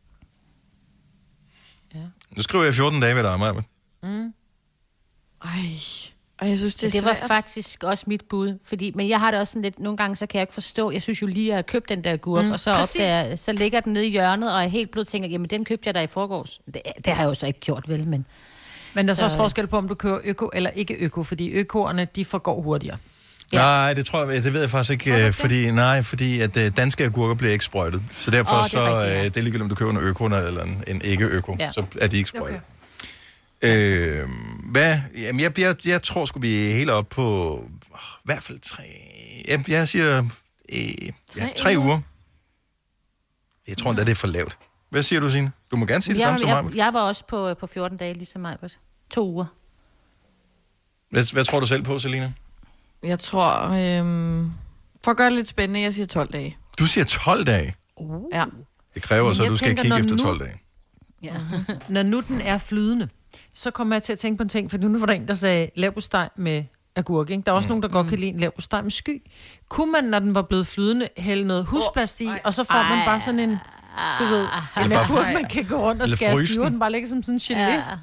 Nu skriver jeg fjorten dage ved dig, Maja. Mm. Ej, og jeg synes, det er Det var svært. faktisk også mit bud, fordi, men jeg har det også sådan lidt, nogle gange så kan jeg ikke forstå, jeg synes jo lige, at jeg har købt den der agurk, Mm, mm, og så, præcis. opdager, så ligger den nede i hjørnet, og er helt blød tænker, jamen den købte jeg der i forgårs. Det, det har jeg jo så ikke gjort, vel, men... Men der er så Så- også forskel på, om du kører øko eller ikke øko, fordi økoerne, de forgår hurtigere. Ja. Nej, det tror jeg, det ved jeg faktisk ikke, øh, fordi, nej, fordi at øh, danske agurker bliver ikke sprøjtet. Så derfor Åh, det er så, rigtigt, ja. øh, det er ligegyldigt, om du køber en øko eller en, en ikke-øko, Ja. så er de ikke sprøjtet. Okay. Øh, hvad? Jamen, jeg, jeg, jeg tror sgu, vi er helt op på oh, i hvert fald tre... Jeg, jeg siger øh, ja, tre uger. Jeg tror endda, det er for lavt. Hvad siger du, Signe? Du må gerne sige det jeg, samme som jeg, mig. jeg var også på, på fjorten dage, ligesom mig. To uger. Hvad, hvad tror du selv på, Selina? Jeg tror, øhm, for at gøre det lidt spændende, jeg siger tolv dage. Du siger tolv dage. Ja. Det kræver Men så, at jeg du skal tænker, kigge når efter nu- tolv dage. Ja. Når nu den er flydende, så kommer jeg til at tænke på en ting, for nu var der en, der sagde leverpostej med agurk, ikke? Der er også mm. nogen, der godt kan lide en leverpostej med sky. Kunne man, når den var blevet flydende, hælde noget husplast i, oh, og så får man bare sådan en, du ved, en agurk, man kan gå rundt og skære skiver, den bare ligger som sådan en gelé. Ja.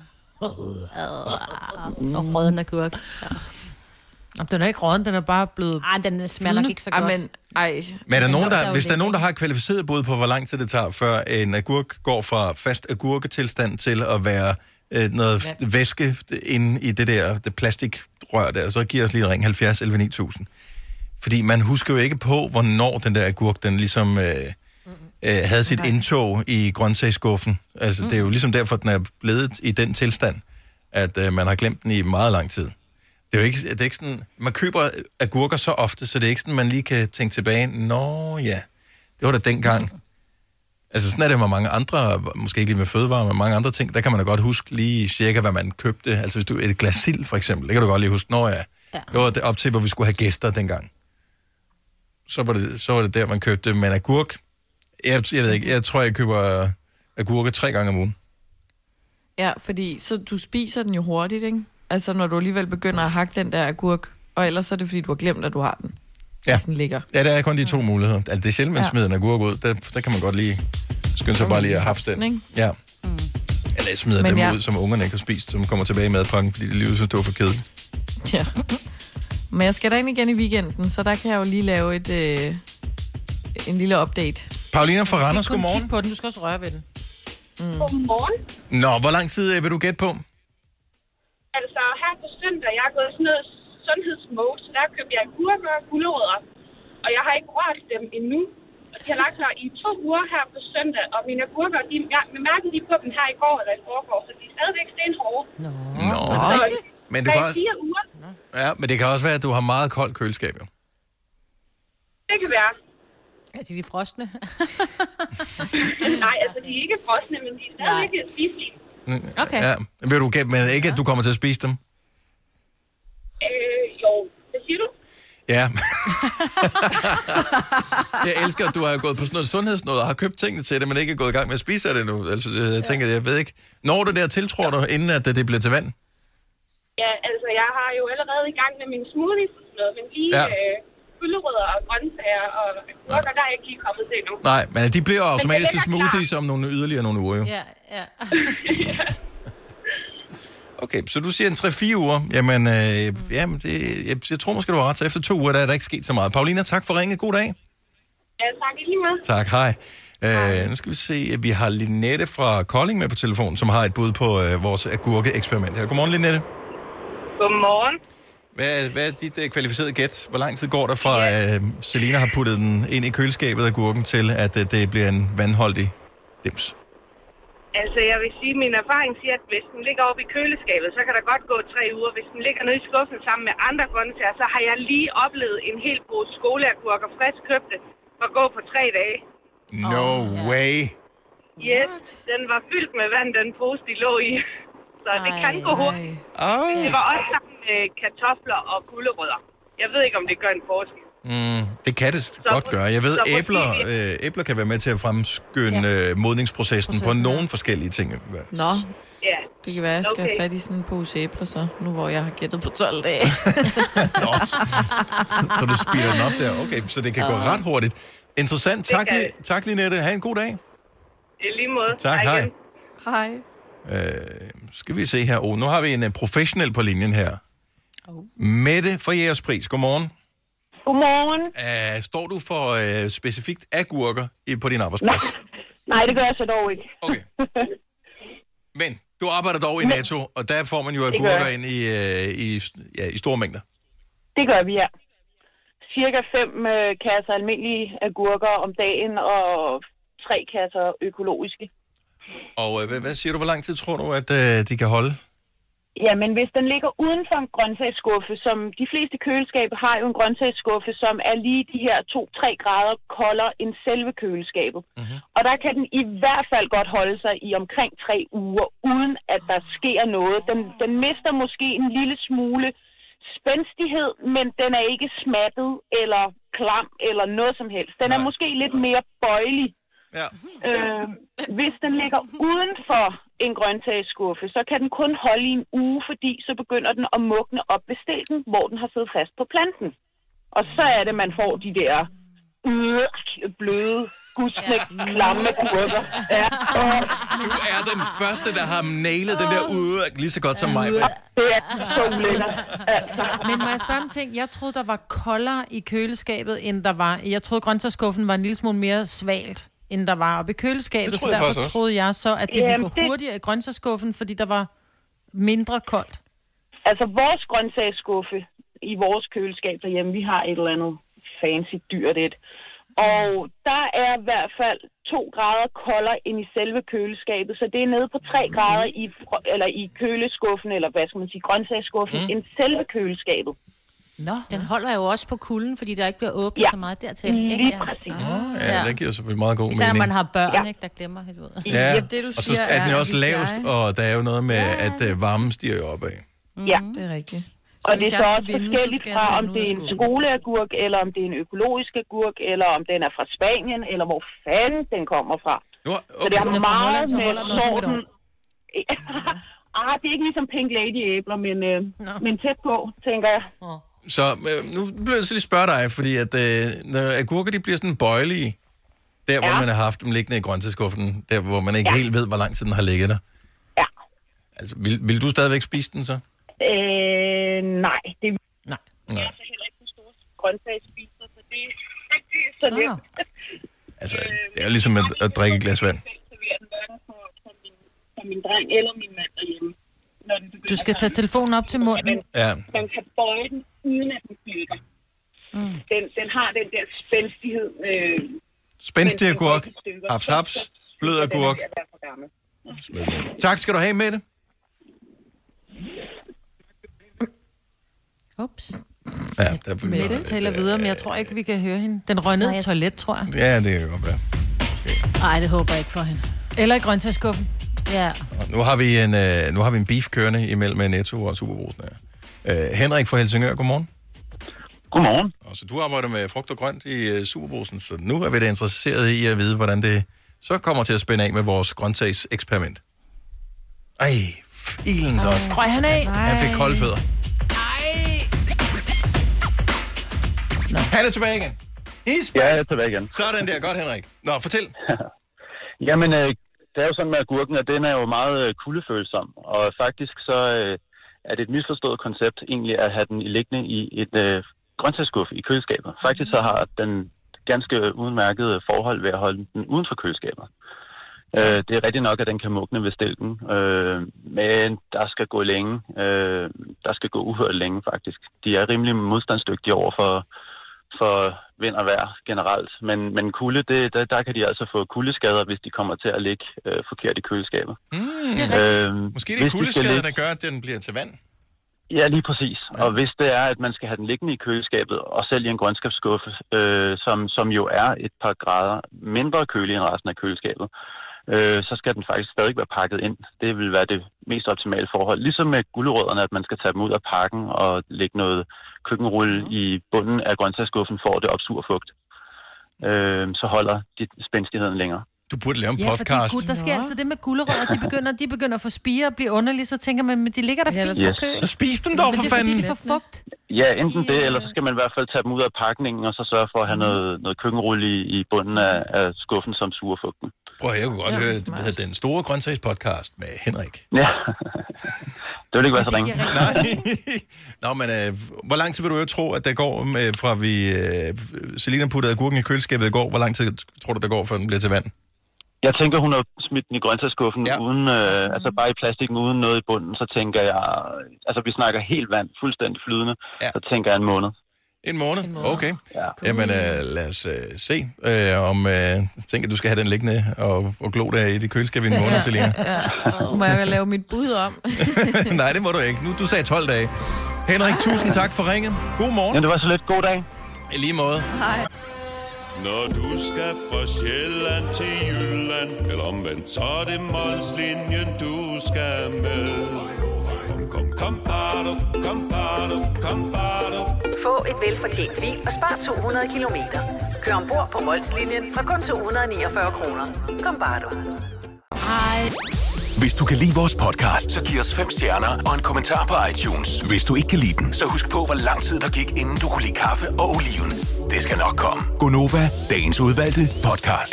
Og rødden agurk. Ja. Den er ikke råden, den er bare blevet... Ej, den smager nok ikke så godt. Ej, men, ej. men er der nogen, der, hvis der er nogen, der har kvalificeret bud på, hvor lang tid det tager, før en agurk går fra fast agurketilstand til at være øh, noget ja. væske inde i det der det plastikrør der, så giver os lige en ring halvfjerds elleve ni tusind. Fordi man husker jo ikke på, hvornår den der agurk, den ligesom øh, øh, havde sit okay. indtog i grøntsagsskuffen. Altså, mm. det er jo ligesom derfor, den er blevet i den tilstand, at øh, man har glemt den i meget lang tid. Det er jo ikke, det er ikke sådan, man køber agurker så ofte, så det er ikke sådan, man lige kan tænke tilbage, nå ja, det var da dengang. Mm. Altså sådan er det med mange andre, måske ikke lige med fødevarer, men mange andre ting, der kan man da godt huske lige cirka, hvad man købte. Altså hvis du et glas sild for eksempel, det kan du godt lige huske, nå ja, ja. Det var det op til, hvor vi skulle have gæster dengang. Så var det, så var det der, man købte, men agurk, jeg, jeg ved ikke, jeg tror, jeg køber agurker tre gange om ugen. Ja, fordi så du spiser den jo hurtigt, ikke? Altså, når du alligevel begynder at hakke den der agurk, og ellers er det, fordi du har glemt, at du har den. Ja, den ligger. Ja, der er kun de to muligheder. Altså, det er sjældent, man ja. smider en agurk ud. Der, der kan man godt lige skynde sig bare lige at hafse den. Ikke? Ja. Mm. Eller jeg smider Men dem ja. ud, som ungerne ikke har spist, som kommer tilbage i madpakken, fordi det lige så det var for kedeligt. Ja. Men jeg skal da ind igen i weekenden, så der kan jeg jo lige lave et, øh, en lille update. Paulina fra Randers, godmorgen. På den. Du skal også røre ved den. Mm. Godmorgen. Nå, hvor lang tid vil du gætte på? Altså, her på søndag, jeg er gået sådan noget sundhedsmode, så der købte jeg agurker og gulerødder, og jeg har ikke rørt dem endnu. Og de har lagt sig i to uger her på søndag, og mine agurker, de, jeg mærkede lige på dem her i går eller i forgår, så de er stadigvæk stenhårde. Nå, Nå. Men du kan også... fire uger. Ja, men det kan også være, at du har meget koldt køleskab, jo. Det kan være. Er de de frosne? Nej, altså de er ikke frosne, men de er stadigvæk spiselige. Okay. Ja, vil du gætte, men ikke, at du kommer til at spise dem? Øh, jo. Hvad siger du? Ja. Jeg elsker, at du har gået på sådan noget sundhedsnød og har købt tingene til det, men ikke er gået i gang med at spise det nu. Altså, jeg tænker, jeg ved ikke. Når du der tiltror dig, inden at det bliver til vand? Ja, altså, jeg har jo allerede i gang med min smoothies og sådan noget, men lige ja. øh, gullerødder og grøntsager og agurker, der er jeg ikke lige kommet til endnu. Nej, men de bliver automatisk til smoothies om nogle yderligere nogle uger, jo. Ja, ja. Okay, så du siger en tre fire uger. Jamen, øh, jamen det, jeg, jeg tror måske, du har ret. Så efter to uger, der er der ikke sket så meget. Paulina, tak for ringet. God dag. Ja, tak i lige meget. Tak, hej. Øh, nu skal vi se, at vi har Linette fra Kolding med på telefonen, som har et bud på øh, vores agurke-eksperiment her. Godmorgen, Linette. Godmorgen. Hvad, hvad er dit uh, kvalificerede gæt? Hvor lang tid går der fra, at uh, Selina har puttet den ind i køleskabet af agurken, til at uh, det bliver en vandholdig dims? Altså, jeg vil sige, at min erfaring siger, at hvis den ligger oppe i køleskabet, så kan der godt gå tre uger. Hvis den ligger nede i skuffen sammen med andre grøntsager, så har jeg lige oplevet en hel pose skoleagurker frisk købte og gå på tre dage. No oh, way! Yes, den var fyldt med vand, den pose, de lå i. Så det ej, kan gå hurtigt. Det var også sammen med kartofler og gulerødder. Jeg ved ikke, om det gør en forskel. Mm, det kan det så godt gøre. Jeg ved, æbler, øh, æbler kan være med til at fremskynde ja. modningsprocessen Processen, på nogle ja. forskellige ting. Nå, ja. Det kan være, at jeg skal okay. have fat i sådan en pose æbler så, nu hvor jeg har gættet på tolv dage. Nå, så, så du speeder den op der. Okay, så det kan ja. gå ret hurtigt. Interessant. Tak, li- tak Linette. Ha' en god dag. I lige måde. Tak, hej. Hej. Øh, skal vi se her. Oh, nu har vi en uh, professionel på linjen her. Oh. Mette fra Jægerspris. Godmorgen. Godmorgen. Uh, står du for uh, specifikt agurker i, på din arbejdsplads? Nej. Nej, det gør jeg så dog ikke. Okay. Men du arbejder dog i Netto, og der får man jo agurker ind i, uh, i, ja, i store mængder. Det gør vi, ja. Cirka fem uh, kasser almindelige agurker om dagen, og tre kasser økologiske. Og uh, hvad, hvad siger du, hvor lang tid tror du, at uh, de kan holde? Jamen, hvis den ligger uden for en grøntsagsskuffe, som de fleste køleskaber har jo en grøntsagsskuffe, som er lige de her to til tre grader koldere end selve køleskabet. Mm-hmm. Og der kan den i hvert fald godt holde sig i omkring tre uger, uden at der sker noget. Den, den mister måske en lille smule spændstighed, men den er ikke smattet eller klam eller noget som helst. Den er måske lidt mere bøjelig. Ja. Øh, hvis den ligger uden for en grøntsagsskuffe, så kan den kun holde i en uge, fordi så begynder den at mugne op ved stilken, hvor den har siddet fast på planten. Og så er det, man får de der øh, bløde, gustne, klamme gurker. Ja. Du er den første, der har nailet den der ude lige så godt som mig. Det er så ulækkert. Altså. Men må jeg spørge om ting? Jeg troede, der var koldere i køleskabet, end der var. Jeg troede, grøntsagsskuffen var en lille smule mere svalt, end der var oppe i køleskabet. Det Så troede jeg derfor faktisk også. troede jeg så, at det Jamen, ville gå det- hurtigere i grøntsagsskuffen, fordi der var mindre koldt. Altså, vores grøntsagsskuffe i vores køleskab derhjemme, vi har et eller andet fancy dyrt et. Og der er i hvert fald to grader koldere end i selve køleskabet, så det er nede på tre grader i, fr- eller i køleskuffen, eller hvad skal man sige, grøntsagsskuffen, mm. end selve køleskabet. Nå. Den holder jo også på kulden, fordi der ikke bliver åbnet Ja, så meget dertil. lige Ikke? Ja. præcis. Ah, ja, det giver selvfølgelig meget god Især mening. man har børn, Ja. ikke, der glemmer helt ud. Ja, Ja, det, du og så siger, er den jo er også at vi lavest, fjerner. og der er jo noget med, at øh, varmen stiger jo opad. Ja. Det er rigtigt. Og hvis det er jeg så skal også vinde, så forskelligt skal jeg fra, tage om den det ud er af en skuffen. skoleagurk, eller om det er en økologisk agurk, eller om den er fra Spanien, eller hvor fanden den kommer fra. Nu, Så det har Den er fra meget Holland, så med holder den også om et sorten. Ah, det er ikke ligesom Pink Lady æbler, men, øh, men tæt på, tænker jeg. Så øh, nu bliver jeg så lige spørge dig, fordi at øh, når agurker de bliver sådan bøjelige, der hvor Ja. man har haft dem liggende i grøntsagsskuffen, der hvor man ikke Ja. helt ved, hvor lang tid den har ligget der. Ja. Altså, vil, vil du stadigvæk spise den så? Øh, nej, det Nej. Nej. er så heller ikke den store grøntsagsspiser, så det, det er så nemt. Altså, det er jo ligesom at, at drikke et glas vand. Jeg serverer den hverken for, for, min, for min dreng eller min mand derhjemme. Når den begynder Du skal tage telefonen op til munden. Ja. Man kan bøje den, uden at den flytter. Mm. Den, den har den der spændstighed. Øh, Spændstig men den går agurk, ikke i stykker. haps haps, Så- så- blød så den er agurk. ved at være for gammel. Smid den. Tak skal du have med det. Ups. Ja, der er Mette taler videre, men jeg tror ikke, vi kan høre hende. Den røg ned i Nej, jeg- toilet, tror jeg. Ja, det kan godt være. Nej, det håber jeg ikke for hende. Eller i grøntsagsskuffen. Ja. Og nu har vi en, øh, nu har vi en beef kørende imellem Netto og Superbrugsen her. Øh, Henrik fra Helsingør, godmorgen. Godmorgen. Og så du arbejder med frugt og grønt i øh, Superbrugsen, så nu er vi da interesseret i at vide, hvordan det så kommer til at spænde af med vores grøntsagseksperiment. Ej, filens også. Røg han af? Han fik kolde fødder. Han er tilbage igen. He's Ja, back. jeg er tilbage igen. Sådan der, godt Henrik. Nå, fortæl. Jamen, øh, det er jo sådan med agurken, at den er jo meget øh, kuldefølsom. Og faktisk så øh, er det et misforstået koncept egentlig at have den liggende i et øh, grøntsagsskuffe i køleskabet. Faktisk så har den ganske udmærket forhold ved at holde den uden for køleskabet. Øh, det er rigtigt nok, at den kan mugne ved stilken, øh, men der skal gå længe. Øh, der skal gå uhørt længe, faktisk. De er rimelig modstandsdygtige over for, for vind og vejr generelt. Men, men kulde, det, der, der kan de altså få kuldeskader, hvis de kommer til at ligge øh, forkert i køleskabet. Mm. Øh, Måske det er kuldeskader, der gør, at den bliver til vand. Ja, lige præcis. Ja. Og hvis det er, at man skal have den liggende i køleskabet, og selv i en grøntskabsskuffe, øh, som, som jo er et par grader mindre kølig end resten af køleskabet, øh, så skal den faktisk stadig være pakket ind. Det vil være det mest optimale forhold. Ligesom med gulerødderne, at man skal tage dem ud af pakken og lægge noget køkkenrulle i bunden af grøntsagsskuffen, for at det opsuger fugt. Øh, så holder de spændstigheden længere. Du burde lave en Ja, podcast. fordi gud, der sker altid det med gulerødder. De begynder, de begynder at få spire og blive underlige, så tænker man, men de ligger der fint Yes. på kø. Så spis dem dog Men for det er fordi, fanden. de får fugt. Ja, enten yeah. det, Ja. eller så skal man i hvert fald tage dem ud af pakningen, og så sørge for at have noget, noget køkkenrulle i, i bunden af, af skuffen, som suger fugten. Prøv at jeg kunne godt høre, det hedder Den Store Grøntsagspodcast med Henrik. Ja, det vil ikke være så ringe. Nej. Nå, men øh, hvor lang tid vil du jo tro, at der går, med, fra vi øh, Selina puttede agurken i køleskabet i går, hvor lang tid tror du, der går, før den bliver til vand? Jeg tænker, hun har smidt den i grøntsagsskuffen, Ja. uden, øh, altså bare i plastikken uden noget i bunden, så tænker jeg, altså vi snakker helt vand, fuldstændig flydende, Ja. så tænker jeg en måned. En måned? En måned. Okay. Ja. Jamen, øh, lad os øh, se, øh, om øh, tænker, at du skal have den liggende og, og glo der i det køleskab i en måned, Selina. Ja. Må jeg jo lave mit bud om? Nej, det må du ikke. Nu, du sagde tolv dage. Henrik, tusind tak for ringen. God morgen. Ja, det var så lidt. God dag. I lige måde. Hej. Når du skal fra Sjælland til Jylland, eller omvendt, så er det Molslinjen, du skal med. Kom, kom, kom, bado, kom, bado, kom, bado. Få et velfortjent bil og spar to hundrede kilometer. Kør ombord på Molslinjen fra kun to hundrede niogfyrre kroner. Kom bare du. Ej. Hvis du kan lide vores podcast, så giv os fem stjerner og en kommentar på iTunes. Hvis du ikke kan lide den, så husk på, hvor lang tid der gik, inden du kunne lide kaffe og oliven. Det skal nok komme. Gonova, dagens udvalgte podcast.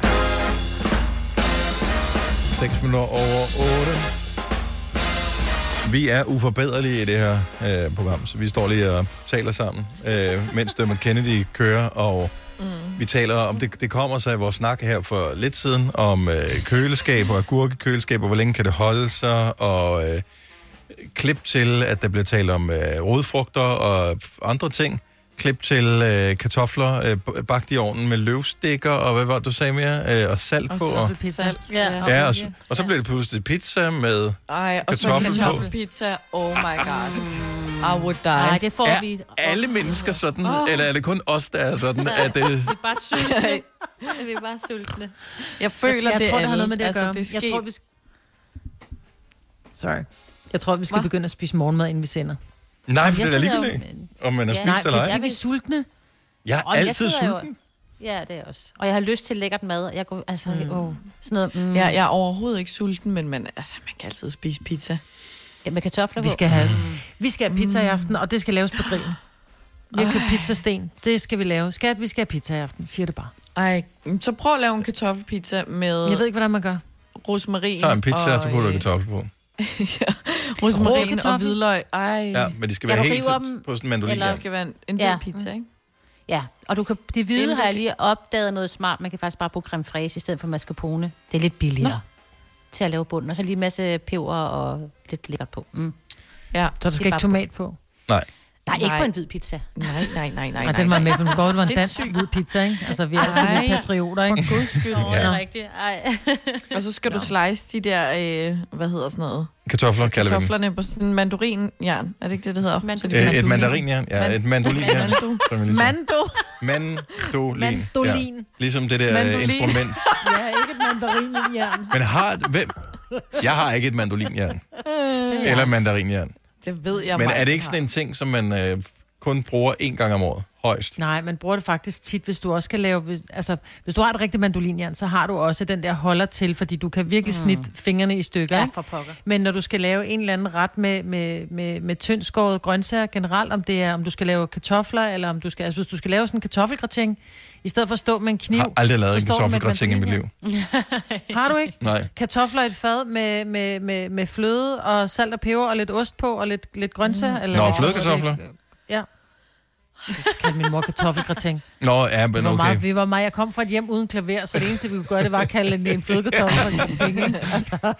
seks minutter over otte. Vi er uforbederlige i det her øh, program, så vi står lige og taler sammen, øh, mens Dermot Kennedy kører, og mm. vi taler om, det, det kommer sig i vores snak her for lidt siden, om øh, køleskaber, agurkekøleskaber, hvor længe kan det holde sig, og øh, klip til, at der bliver talt om øh, rodfrugter og andre ting. Klip til øh, kartofler øh, bagt i ovnen med løvstikker, og hvad var det, du sagde mere? Øh, og salt og på. Og pizza. Ja, ja og, så, og så blev det pludselig pizza med Ej, og så kartoffelpizza. Oh my god. Mm. I would die. Nej, det får er vi. alle mennesker sådan, oh. eller er det kun os, der er sådan, at det... Vi er bare sultne. Vi er bare sultne. Jeg føler, jeg, jeg det tror, er det har noget med det at gøre. Altså, det jeg tror, vi skal... Sorry. Jeg tror, vi skal Hva? begynde at spise morgenmad, inden vi sender. Nej, for det er alligevel ikke, om man har ja, spist eller ej. Nej, jeg er sultne. Jeg er og altid jeg sulten. Jo, ja, det er også. Og jeg har lyst til lækkert mad. Jeg går, altså, mm. oh, sådan noget. Mm. Ja, jeg er overhovedet ikke sulten, men man, altså, man kan altid spise pizza. Ja, med kartofler vi skal have, mm. Vi skal have pizza i aften, og det skal laves på grillen. Vi har købt pizzasten. Det skal vi lave. Skat, vi skal have pizza i aften, siger det bare. Ej, så prøv at lave en kartoffelpizza med... Jeg ved ikke, hvordan man gør. Rosmarin. Så en pizza, og, så putter du øh... kartoffel på. ja. Rosmarin og hvidløg. Ej. Ja, men de skal være helt dem, på sådan en mandolin. Eller det skal være en, en ja. pizza, ikke? Ja, og du kan, det hvide Inden har jeg lige opdaget noget smart. Man kan faktisk bare bruge creme fraise i stedet for mascarpone. Det er lidt billigere Nå. til at lave bunden. Og så lige en masse peber og lidt lækkert på. Mm. Ja, så der skal ikke tomat på? Nej. Nej, ikke på en hvid pizza. Nej, nej, nej, nej. Og den var med på den gårde, det var en dansk hvid pizza, ikke? Altså, vi er altid patrioter, ikke? For guds skyld. Ja. Det er rigtigt. Ej. Og så skal du slice de der, øh, hvad hedder sådan noget? Kartofler, kalder vi dem. Kartoflerne på sådan en mandarinjern. Er det ikke det, det hedder? Mandolin. Øh, et mandarinjern. Ja, et mandolinjern. Mando. Mandolin. Mandolin. Ja. Ligesom det der mandolin. Instrument. Ja, ikke et mandarinjern. Men har... Hvem? Jeg har ikke et mandolinjern. Eller mandarinjern. Det ved jeg. Men er det ikke sådan en ting, som man øh, kun bruger én gang om året? Højst. Nej, man bruger det faktisk tit, hvis du også kan lave... Hvis, altså, hvis du har et rigtigt mandolinjern, så har du også den der holder til, fordi du kan virkelig mm. snitte fingrene i stykker. Ja, for pokker. Men når du skal lave en eller anden ret med, med, med, med tyndskåret grøntsager generelt, om det er, om du skal lave kartofler, eller om du skal... Altså, hvis du skal lave sådan en kartoffelgratin, i stedet for at stå med en kniv... Jeg har aldrig lavet en kartoffelgratin i mit liv. Har du ikke? Nej. Kartofler i et fad med, med, med, med fløde og salt og peber og lidt ost på og lidt, lidt grøntsager. Mm. Eller Nå, flødekartofler? Ja. Det kaldte min mor kartoffelgratin. Nå, ja, men okay. Meget, vi var meget, jeg kom fra et hjem uden klaver, så det eneste, vi kunne gøre, det var at kalde en, en flødekartoffelgratin. Altså.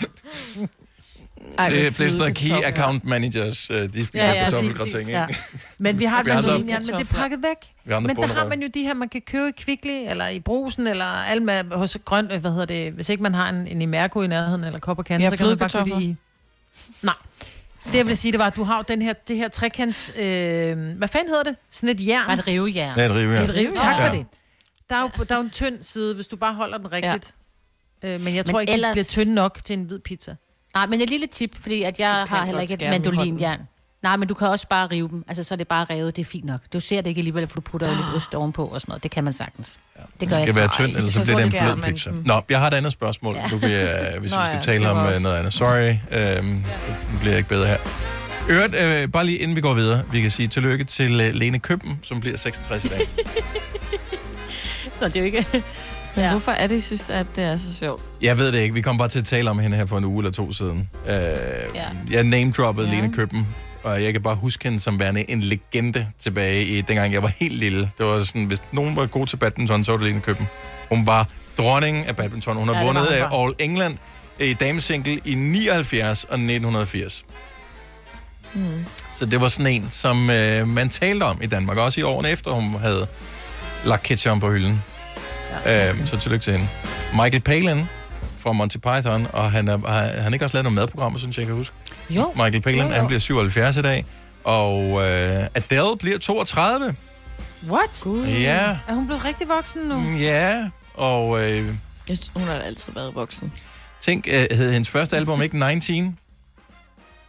Ej, det, det er sådan noget key account managers, de spiser ja, ja, kartoffelgratin, ja. Men vi har et mandolinjern, men det er pakket væk. Men der har man jo de her, man kan købe i Kvickly, eller i Brugsen, eller alt med, hos grønt, hvad hedder det, hvis ikke man har en, en Imerco i nærheden, eller Kop og Kande, ja, så kan man bare købe det i... Nej. Det jeg vil sige, det var, at du har den her, det her trekants... Øh, hvad fanden hedder det? Sådan et jern. Var et rivejern. Ja, et rivejern. Et rivejern. Tak for det. Der er, jo, der er jo en tynd side, hvis du bare holder den rigtigt. Ja. Øh, men jeg tror men ikke, ellers... det bliver tynd nok til en hvid pizza. Nej, men et lille tip, fordi at jeg har heller ikke et mandolinjern. Nej, men du kan også bare rive dem. Altså, så er det bare revet, det er fint nok. Du ser det ikke alligevel, for du putter jo lidt ost ovenpå og sådan noget. Det kan man sagtens. Ja, det gør det skal jeg være tynd, ellers så bliver det en blød pizza. Nå, jeg har et andet spørgsmål, ja. du vil, uh, hvis Nå, vi skal ja, tale om uh, noget andet. Sorry, uh, det bliver ikke bedre her. Øvrigt, øh, bare lige inden vi går videre, vi kan sige tillykke til uh, Lene Køben, som bliver seksogtres i dag. Nå, det er jo ikke... Men ja. Hvorfor er det, I synes, at det er så sjovt? Jeg ved det ikke. Vi kom bare til at tale om hende her for en uge eller to siden. Uh, ja. Jeg name-droppede ja. Lene Køben, og jeg kan bare huske hende som værende en legende tilbage i dengang jeg var helt lille. Det var sådan, hvis nogen var god til badminton, så var det Lene Køben. Hun var dronningen af badminton. Hun har ja, vundet af All England i damesingle i nioghalvfjerds og nitten firs. Mm. Så det var sådan en, som øh, man talte om i Danmark, også i årene efter, hun havde lagt ketchup på hylden. Ja, okay. øhm, så tillykke til hende. Michael Palin fra Monty Python, og han har han ikke også lavet nogle madprogrammer, synes jeg, jeg kan huske? Jo. Michael Palin, jo, jo. Han bliver syvoghalvfjerds i dag, og øh, Adele bliver toogtredive. What? Uh. Ja. Er hun blevet rigtig voksen nu? Ja, og... Øh, jeg synes, hun har altid været voksen. Tænk, øh, hed hendes første album ikke nitten?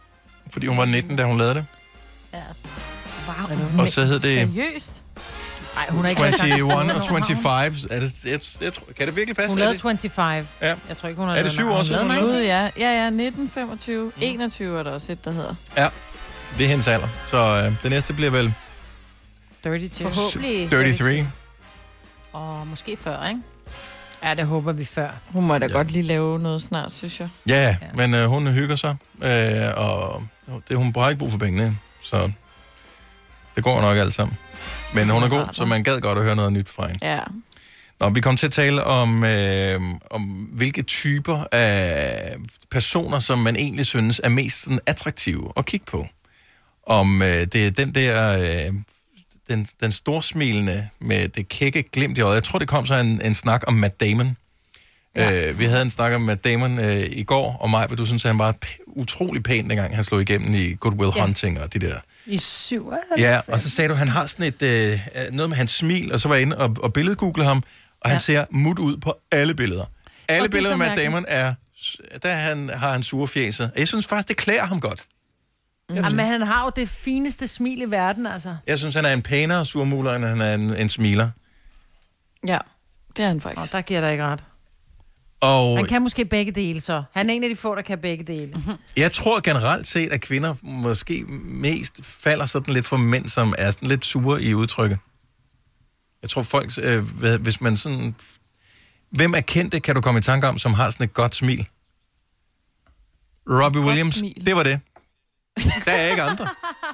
Fordi hun var nitten, da hun lavede det. Ja. Wow. Og så hed det... Seriøst? Nej, hun er ikke enogtyve og toogtyve. Er det, jeg, jeg, tror- kan det virkelig passe? Hun Er lavede det- toogtyve. Ja. Jeg tror ikke, hun har Er det syv år siden, hun Gud, lavede? ja. Ja, ja, nitten femogtyve. enogtyve er der også et, der hedder. Ja, det er hendes alder. Så øh, det næste bliver vel treogtyve. Forhåbentlig. treogtredive. Og måske før, ikke? Ja, det håber vi før. Hun må da ja. godt lige lave noget snart, synes jeg. Ja, ja, men øh, hun hygger sig, øh, og det, hun har ikke brug for pengene, så det går nok alt sammen. Men hun er god, så man gad godt at høre noget nyt fra hende. Ja. Nå, vi kom til at tale om, øh, om hvilke typer af personer, som man egentlig synes er mest sådan, attraktive at kigge på. Om øh, det er den der, øh, den, den storsmilende med det kække glimt i øjet. Jeg tror, det kom så en, en snak om Matt Damon. Ja. Øh, vi havde en snak om Matt Damon øh, i går, og mig, du synes, at han var p- utrolig pæn, dengang han slog igennem i Good Will Ja. Hunting og de der. I syv. Ja, og så sagde du, at han har sådan et, øh, noget med hans smil, og så var jeg inde og, og billedgoogle ham, og han ja. ser mut ud på alle billeder. Alle billeder med Matt Damon er, der han, har han sure fjeset. Jeg synes faktisk, det klæder ham godt. Mm. Ja, men han har jo det fineste smil i verden, altså. Jeg synes, han er en pænere surmuler, end han er en, en smiler. Ja, det er han faktisk. Og der giver der ikke ret. Og Han kan måske begge dele, så. Han er en af de få, der kan begge dele. Mm-hmm. jeg tror generelt set, at kvinder måske mest falder sådan lidt for mænd, som er sådan lidt sure i udtrykket. Jeg tror folk, øh, hvis man sådan... Hvem er kendte, kan du komme i tanke om, som har sådan et godt smil? Robbie Williams, smil. Det var det. Der er ikke andre.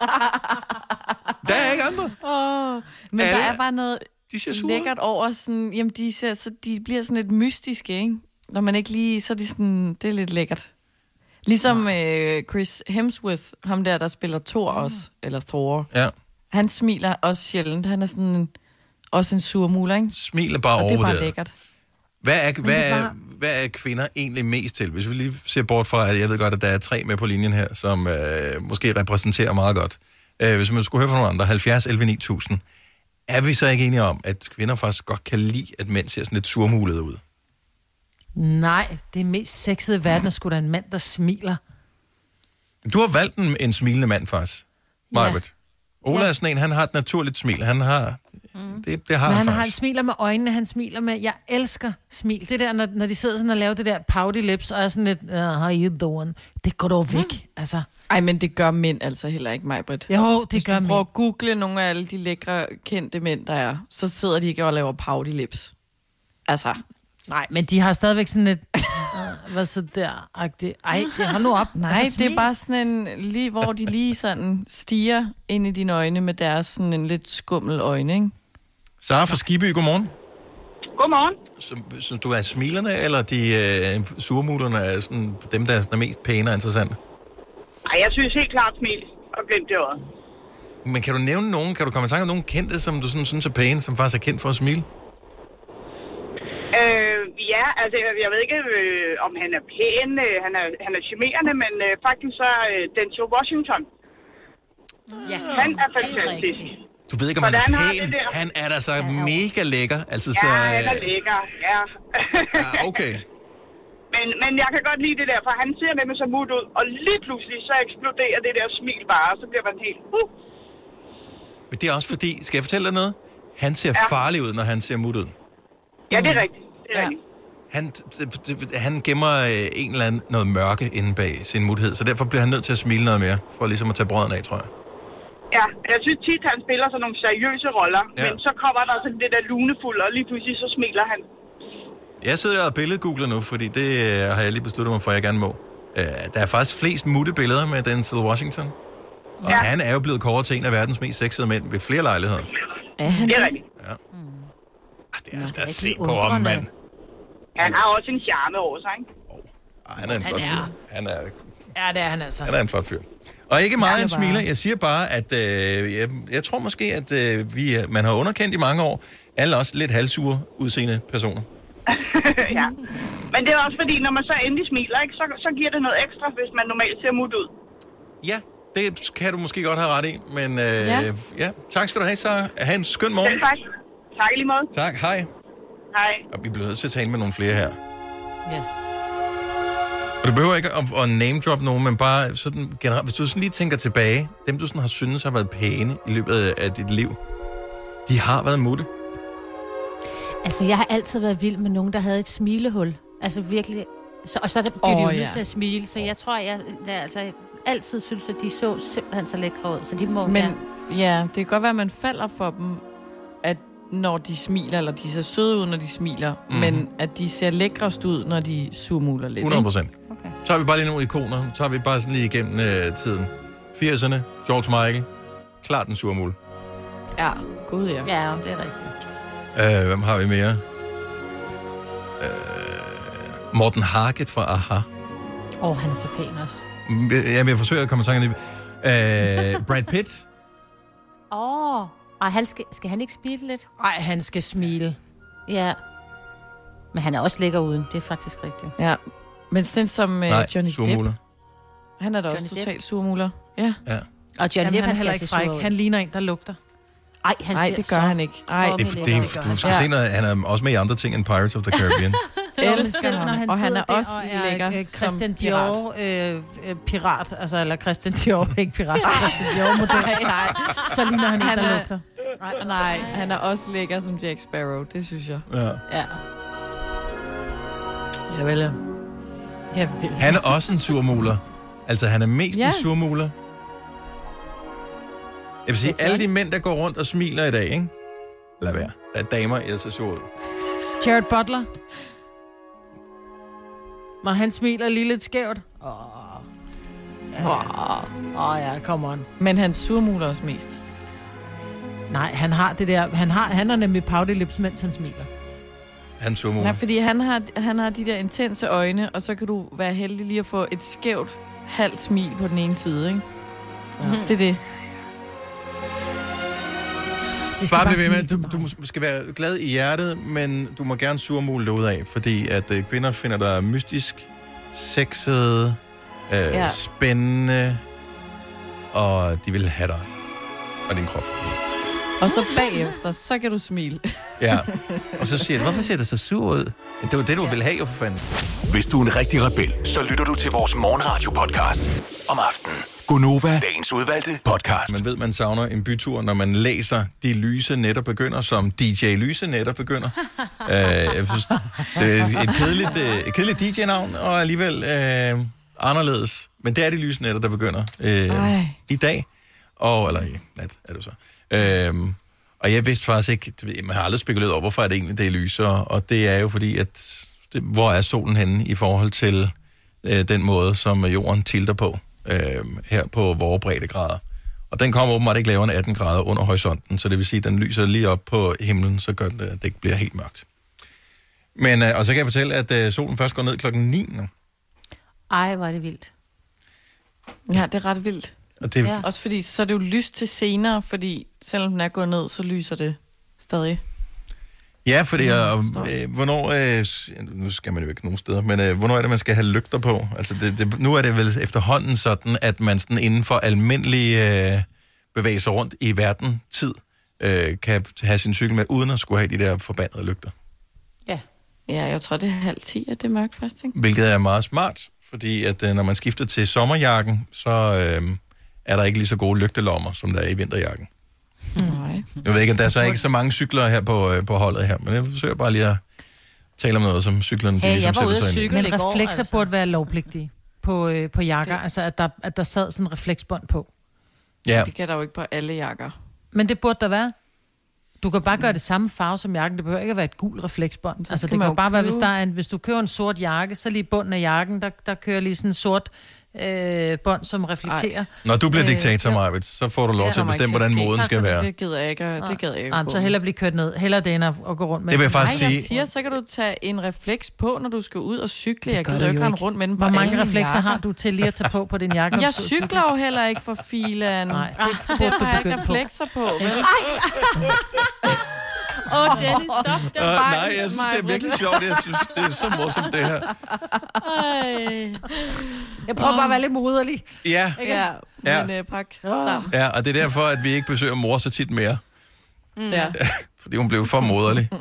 Der er ikke andre. Oh, men Alle, der er bare noget de ser sure. lækkert over sådan... Jamen, de, ser, så de bliver sådan lidt mystiske, ikke? Når man ikke lige... Så er de sådan... Det er lidt lækkert. Ligesom øh, Chris Hemsworth, ham der, der spiller Thor også. Eller Thor. Ja. Han smiler også sjældent. Han er sådan en, også en surmuler, ikke? Smiler bare Og det er bare overvurderet. lækkert. Hvad er, hvad, er, hvad er kvinder egentlig mest til? Hvis vi lige ser bort fra, at jeg ved godt, at der er tre med på linjen her, som øh, måske repræsenterer meget godt. Øh, hvis man skulle høre fra nogle andre, halvfjerds elleve ni tusind, er vi så ikke enige om, at kvinder faktisk godt kan lide, at mænd ser sådan lidt surmulede ud? Nej, det er mest sexede i verden, at sgu da en mand, der smiler. Du har valgt en, en smilende mand faktisk, Majbert. Ola er sådan en, han har et naturligt smil. Han har... Mm. Det, det har Men han, han, har, han faktisk. smiler med øjnene, han smiler med... Jeg elsker smil. Det der, når, når de sidder sådan og laver det der pouty lips, og er sådan lidt... Uh, how you doing? Det går dog væk, mm. altså. Ej, men det gør mænd altså heller ikke, Majbrit. Jo, det Hvis gør du mænd. prøver at google nogle af alle de lækre, kendte mænd, der er, så sidder de ikke og laver pouty lips. Altså... Nej, men de har stadigvæk sådan et... Uh, hvad så der-agtigt? Ej, hold nu op. Nej, altså, det er bare sådan en... Lige, hvor de lige sådan stiger ind i dine øjne med deres sådan en lidt skummel øjne, ikke? Sara fra Skibby, godmorgen. Godmorgen. Så, synes du er smilerne, eller de øh, surmulerne er sådan, dem, der er sådan mest pæne og interessante? Ej, jeg synes helt klart smil og glimt i øjet. Men kan du nævne nogen, kan du komme i tanke om nogen kendte, som du sådan, synes er pæne, som faktisk er kendt for at smile? Øh, ja, altså jeg, jeg ved ikke, øh, om han er pæn, øh, han er, han er charmerende, men øh, faktisk så øh, Denzel Washington. Ja. Han er fantastisk. Du ved ikke, om han er Hvordan har pæn. det der? Han er da så mega lækker. Altså, så, Ja, han er lækker, ja. ja, okay. men, men jeg kan godt lide det der, for han ser nemlig så mut ud, og lige pludselig så eksploderer det der smil bare, og så bliver man helt... Uh. Men det er også fordi, skal jeg fortælle dig noget? Han ser Ja. farlig ud, når han ser mut ud. Ja, det er rigtigt. Det er Ja. rigtigt. Han, det- det- han gemmer øh, en eller anden noget mørke inde bag sin muthed, så derfor bliver han nødt til at smile noget mere, for ligesom at tage brøden af, tror jeg. Ja, jeg synes tit, han spiller sådan nogle seriøse roller, Ja. men så kommer der sådan det der lunefuld, og lige pludselig så smiler han. Jeg sidder og billedgoogler nu, fordi det øh, har jeg lige besluttet mig for, at jeg gerne må. Øh, der er faktisk flest mutte billeder med Denzel Washington. Og Ja. han er jo blevet kåret til en af verdens mest sexede mænd ved flere lejligheder. Er han Det er rigtigt. Ja. Mm. Det er altså at ikke se lige på ham, undrende. mand. Han har også en charme over sig, ikke? Ej, han er en Han flot er. fyr. Han er, Ja, det er han altså. han er en flot fyr. Og ikke meget Ja, en det er bare- smiler. Jeg siger bare, at øh, jeg, jeg tror måske, at øh, vi, er- man har underkendt i mange år alle også lidt halvsure udseende personer. Ja. Men det er også fordi, når man så endelig smiler, ikke, så, så giver det noget ekstra, hvis man normalt ser mut ud. Ja, det kan du måske godt have ret i, men øh, Ja. ja. ja. Tak skal du have, så have en skøn morgen. Selv tak. Tak i lige måde. Tak, hej. Hej. Og vi bliver nødt til at tale med nogle flere her. Ja. Og du behøver ikke at, at name-drop nogen, men bare sådan generelt, hvis du sådan lige tænker tilbage, dem du sådan har syntes har været pæne i løbet af dit liv, De har været mutte. Altså, jeg har altid været vild med nogen, der havde et smilehul. Altså virkelig. Så, og så bliver Åh, de jo ja. nødt til at smile. Så jeg tror, jeg, jeg altså, altid synes, at de så simpelthen så lækre ud. Så de må Men gerne. ja, det kan godt være, at man falder for dem, at når de smiler, eller de ser søde ud, når de smiler, Mhm. mm. men at de ser lækrest ud, når de surmuler lidt. hundrede procent. Okay. Så har vi bare lige nogle ikoner. Så har vi bare sådan lige igennem øh, tiden. firserne, George Michael. Klart den surmul. Ja, gud ja. Ja, det er rigtigt. Øh, hvem har vi mere? Øh, Morten Harket fra Aha. Åh, oh, han er så pæn også. Mm, Jamen, jeg forsøger at komme i tanke om det. Øh, Brad Pitt. Åh, oh. Ej, han skal, skal han ikke smile lidt? Ej, han skal smile. Ja. Men han er også lækker uden, det er faktisk rigtigt. Ja, men sådan som uh, Nej, Johnny surmuler. Depp, han er da også Johnny Depp. totalt surmuler. Ja. Ja. Og Johnny Jamen, Depp, han er heller skal ikke se sur fræk. ud. Han ligner en, der lugter. Ej, han Nej, ser det gør så han ikke. Ej, Det, det, det, du skal se noget, han er også med i andre ting end Pirates of the Caribbean. elsker Når ham, han og han sidder er der også og er, lækker øh, som Christian pirat. Dior øh, øh, pirat, altså eller Christian Dior, ikke pirat, Christian Dior model. Nej, nej. Så ligner han, Han en, der er- lugter. Nej, nej, han er også lækker som Jack Sparrow, det synes jeg. Ja. Ja. Ja, vel, ja. Ja, vel. Han er også en surmuler. Altså, han er mest Ja. en surmuler. Jeg vil sige, alle de mænd, der går rundt og smiler i dag, ikke? Lad være. Der er damer, jeg ser sur ud. Jared Butler. Når han smiler lige lidt skævt. Åh, Åh, oh, ja, come on. Men han surmuler også mest. Nej, han har det der, han har, han har nemlig pouty lips, mens han smiler. Han er surmuler. Nej, fordi han har, han har de der intense øjne, og så kan du være heldig lige at få et skævt halvt smil på den ene side, ikke? Ja. Det er det. De skal Bare bare bliv ved med, smile du, du skal være glad i hjertet, men du må gerne surmule det ud af, fordi at øh, kvinder finder dig mystisk, sexet, øh, Ja. ja. spændende, og de vil have dig og din krop. Og så bagefter, så kan du smile. Ja. Og så siger du, hvorfor ser du så sur ud? Det var det, du ja. ville have, jo for fanden. Hvis du er en rigtig rebel, så lytter du til vores morgenradio-podcast om aftenen. Gonova, dagens udvalgte podcast. Man ved, man savner en bytur, når man læser De Lyse Nætter Begynder, som D J Lyse Nætter Begynder. uh, jeg synes, det er et kedeligt, uh, et kedeligt D J-navn, og alligevel uh, anderledes. Men det er De Lyse Nætter, der begynder uh, i dag. Og, eller i nat, er det så. Uh, og jeg vidste faktisk ikke, du ved, man har aldrig spekuleret over, hvorfor er det egentlig, det er lyser. Og det er jo fordi, at det, hvor er solen henne i forhold til uh, den måde, som jorden tilter på. Øh, her på vores breddegrader. Og den kommer åbenbart ikke lavere end atten grader under horisonten, så det vil sige, at den lyser lige op på himlen, så gør det, at det ikke bliver helt mørkt. Men, øh, og så kan jeg fortælle, at øh, solen først går ned klokken ni nu. Ej, hvor er det vildt. Ja, det er ret vildt. Og det, Ja. Også fordi, så er det jo lyst til senere, fordi selvom den er gået ned, så lyser det stadig. Ja, fordi øh, øh, hvornår, øh, nu skal man jo ikke nogen steder, men øh, hvornår er det, man skal have lygter på? Altså, det, det, nu er det vel efterhånden sådan, at man sådan inden for almindelige øh, bevægelser rundt i verden tid, øh, kan have sin cykel med, uden at skulle have de der forbandede lygter. Ja. Ja, jeg tror, det er halv ti, at det er mørkt først, ikke? Hvilket er meget smart, fordi at øh, når man skifter til sommerjakken, så øh, er der ikke lige så gode lygtelommer, som der er i vinterjakken. Nej. Jeg ved ikke, at der er så ikke så mange cykler her på, øh, på holdet her, men jeg forsøger bare lige at tale om noget, som cyklerne de Hey, ligesom jeg var ude sætter at sig ind i. cykle. Men i går, reflekser altså. burde være lovpligtige på, øh, på jakker. Det. Altså, at der, at der sad sådan en refleksbånd på. Ja, Det kan der jo ikke på alle jakker. Men det burde der være. Du kan bare gøre det samme farve som jakken. Det behøver ikke at være et gul refleksbånd. Så Altså, skal det man kan jo bare være, købe- hvis, der er en, hvis du køber en sort jakke, så lige i bunden af jakken, der, der kører lige sådan en sort øh, bånd, som reflekterer. når du bliver Øh, diktator, ja. Marvitt, så får du lov Ja, til at kommer ikke bestemme, til at hvordan ske. moden Tak skal for være. Det gider jeg ikke, det gider jeg ikke Nej, på. så hellere blive kørt ned. Hellere det end at, at gå rundt med Det vil jeg den. faktisk Nej, sige. jeg siger, så kan du tage en refleks på, når du skal ud og cykle. Det Jeg gør gider du jo ikke jo rende ikke. rundt med den på Hvor mange alle reflekser jakker. har du til lige at tage på på din jakke? Jeg cykler jo heller ikke for filen. Nej, det, det det burde du har jeg ikke begynde på. reflekser på. Vel? Åh, oh, Dennis, stop. Uh, nej, jeg synes, det er virkelig sjovt. Jeg synes, det er så morsomt, det her. Jeg prøver bare at være lidt moderlig. Ja, Ja, Ja. men øh, pak sammen. ja, og det er derfor, at vi ikke besøger mor så tit mere. Mm. Ja. Fordi hun blev for moderlig.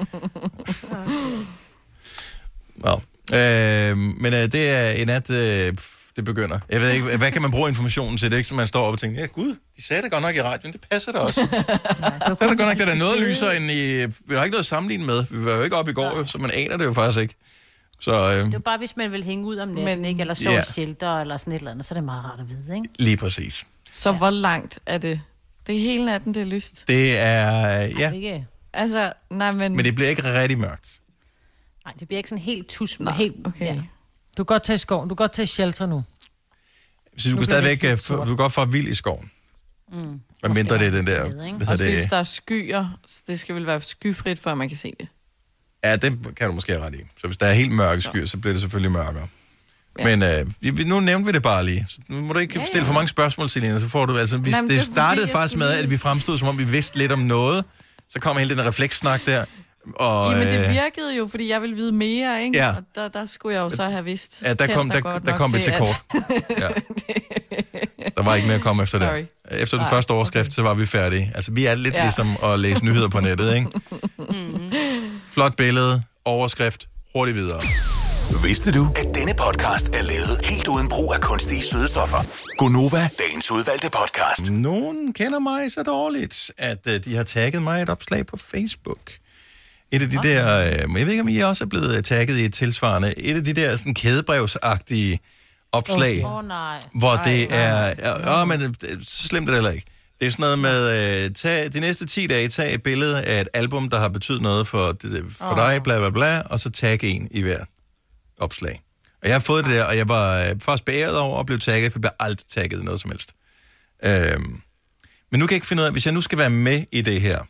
Nå. Øh, men øh, det er i nat, øh, det det begynder. Jeg ved ikke, hvad kan man bruge informationen til? Det er ikke, som man står op og tænker, ja gud, de sagde det godt nok i radioen, det passer da også. Ja, det er det godt nok, der er noget lysere end i... Vi har ikke noget at sammenligne med. Vi var jo ikke oppe i går, jo, så man aner det jo faktisk ikke. Så, øh, det er bare, hvis man vil hænge ud om natten, ikke? Eller sove Ja. i shelter, eller sådan et eller andet, så er det meget rart at vide, ikke? lige præcis. Så hvor langt er det? Det er hele natten, det er lyst. Det er... Ja, Ikke? Altså, nej, men... men det bliver ikke rigtig mørkt. Nej, det bliver ikke sådan helt tus, men helt... okay. Ja. Du kan godt tage i skoven. Du kan godt tage i shelter nu. Så du kan bliver stadigvæk... det øh, helt få- sort. Du kan godt få vild i skoven. Mm. Hvad mindre det er den der... Ved, ikke? Hvad Og hedder hvis det? der er skyer, så det skal vel være skyfrit, for at man kan se det. Ja, det kan du måske have ret i. Så hvis der er helt mørke skyer, så bliver det selvfølgelig mørkere. Ja. Men øh, vi- vi- nu nævnte vi det bare lige. Så nu må du ikke Ja, ja. stille for mange spørgsmål, Selina, så får du... Altså, vi, Nej, men det det er fordi, startede jeg faktisk skulle med, lige- at vi fremstod, som om vi vidste lidt om noget. Så kom hele den reflekssnak der. Og, Jamen, det øh, virkede jo, fordi jeg ville vide mere, ikke? Ja. Og der, der skulle jeg jo så have vidst. ja, der kendt kom, dig der, godt der nok kom vi til at- kort. Ja. Der var ikke mere at komme efter Sorry. det. Efter den Nej, første overskrift, så var vi færdige. Altså, vi er lidt Ja. ligesom at læse nyheder på nettet, ikke? Flot billede, overskrift, hurtigt videre. Vidste du, at denne podcast er lavet helt uden brug af kunstige sødestoffer? Gonova, dagens udvalgte podcast. Nogen kender mig så dårligt, at uh, de har tagget mig i et opslag på Facebook. Et af de okay. der, uh, jeg ved ikke, om I også er blevet tagget i et tilsvarende, et af de der sådan kædebrevsagtige opslag, Åh, oh, nej. hvor Ej, det nej. er, åh, men øh, så slemt er det heller ikke. Det er sådan noget med, øh, tag, de næste ti dage, tag et billede af et album, der har betydet noget for, for Åh. dig, bla bla bla, og så tag en i hver opslag. Og jeg har fået det der, og jeg var øh, først beæret over at blive tagget, for jeg bliver aldrig tagget i noget som helst. Øhm, men nu kan jeg ikke finde ud af, hvis jeg nu skal være med i det her,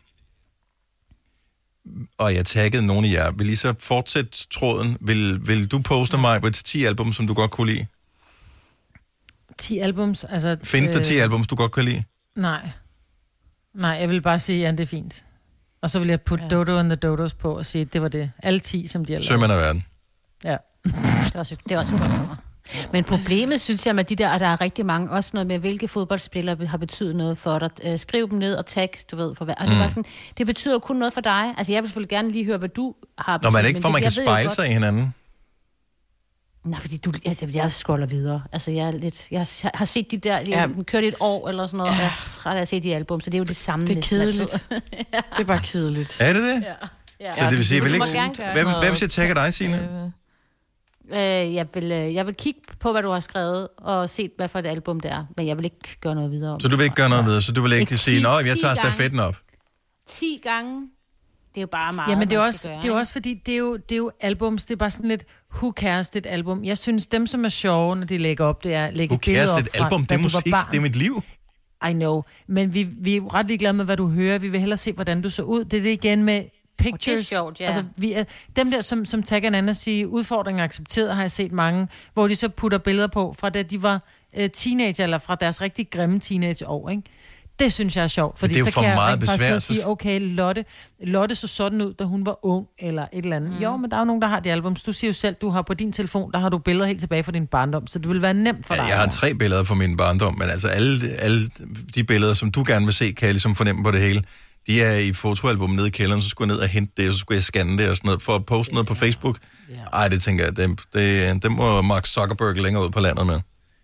og jeg taggede nogen af jer, vil I så fortsætte tråden? Vil, vil du poste mig på ti album, som du godt kunne lide? ti albums, altså... Findes der øh, ti albums, du godt kan lide? Nej. Nej, jeg vil bare sige, ja, det er fint. Og så vil jeg putte ja. Dodo and the Dodos på og sige, at det var det. Alle ti, som de har lavet. Sømand af verden. Ja. Det er også, det er også godt nummer. Men problemet, synes jeg, med de der, at der er rigtig mange, også noget med, hvilke fodboldspillere har betydet noget for dig. Øh, Skriv dem ned og tag, du ved, for hvad. Og det, Mm. var sådan, det betyder jo kun noget for dig. Altså, jeg vil selvfølgelig gerne lige høre, hvad du har betydet. Nå, men er det ikke men for, man kan jeg ved jo spejle godt- sig i hinanden? Nej, fordi du, jeg, jeg scroller videre. Altså, jeg, er lidt, jeg har set de der, jeg Ja. ja. kørt i et år eller sådan noget, Ja. ja. og jeg er træt af at se de album, så det er jo det samme. Det er næsten kedeligt. altid. Det er bare kedeligt. Er det det? Ja. Ja. Så det vil sige, jeg vil Du ikke... må gerne gøre Hvad, noget. hvad hvis jeg tagger dig, Signe? Øh, jeg, vil, øh, jeg vil kigge på, hvad du har skrevet, og se, hvad for et album det er. Men jeg vil ikke gøre noget videre om Så du vil ikke gøre noget ved, så du vil ikke Ikke sige, ti- nå, jeg ti tager gange. stafetten op. ti gange. Det er jo bare meget, Jamen, det er, man også, skal gøre, det er jo ikke? også fordi, det er jo, det er jo albums, det er bare sådan lidt, who cares, det er et album. Jeg synes, dem, som er sjove, når de lægger op, det er at lægge Who et billede cares, op det er et album, da det er du var musik, barn. det er mit liv. I know. Men vi, vi er jo ret ligeglade med, hvad du hører. Vi vil hellere se, hvordan du så ud. Det er det igen med pictures. sjovt, ja. Altså, vi er, dem der, som, som tagger hinanden og siger, udfordringer accepteret, har jeg set mange, hvor de så putter billeder på, fra da de var øh, teenager, eller fra deres rigtig grimme teenageår, ikke? Det synes jeg er sjovt, fordi det er jo så for kan jeg meget rent faktisk sidde og besvær, sige, så- okay, Lotte, Lotte så sådan ud, da hun var ung, eller et eller andet. Mm. Jo, men der er jo nogen, der har de albums. Du siger jo selv, du har på din telefon, der har du billeder helt tilbage fra din barndom, så det vil være nemt for dig. Jeg har tre billeder fra min barndom, men altså alle, alle de billeder, som du gerne vil se, kan jeg ligesom fornemme på det hele. De er i fotoalbum nede i kælderen, så skulle jeg ned og hente det, og så skulle jeg scanne det og sådan noget, for at poste noget på Facebook. Ej, det tænker jeg, det, det, det må Mark Zuckerberg længere ud på landet med.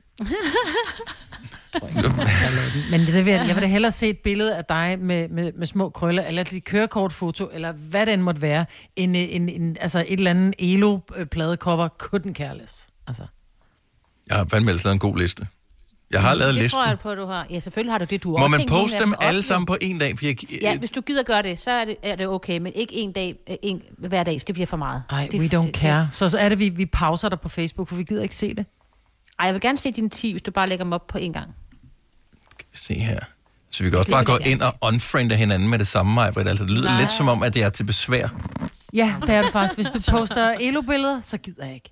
Men det vil jeg, jeg vil da hellere se et billede af dig med, med, med små krøller, eller et kørekortfoto, eller hvad det end måtte være, end en, en, altså et eller andet Elo-pladecover, couldn't care less. Altså. Jeg har fandme ellers lavet en god liste. Jeg har lavet Det listen. tror jeg på, du har. Ja, selvfølgelig har du det. Du har Må også man hængt nogle poste af dem op, alle jo. sammen på en dag? For jeg, Ja, hvis du gider gøre det, så er det, er det okay, men ikke en dag, øh, en, hver dag, det bliver for meget. Ej, det, we don't det- care. Så, så er det, vi, vi pauser dig på Facebook, for vi gider ikke se det. Ej, jeg vil gerne se dine ti, hvis du bare lægger dem op på en gang. se her. Så vi kan også Det bare vil gå jeg ind og unfriende hinanden med det samme, Majbrit. Altså, det lyder Nej. lidt som om, at det er til besvær. Ja, det er det faktisk. Hvis du poster Elo-billeder, så gider jeg ikke.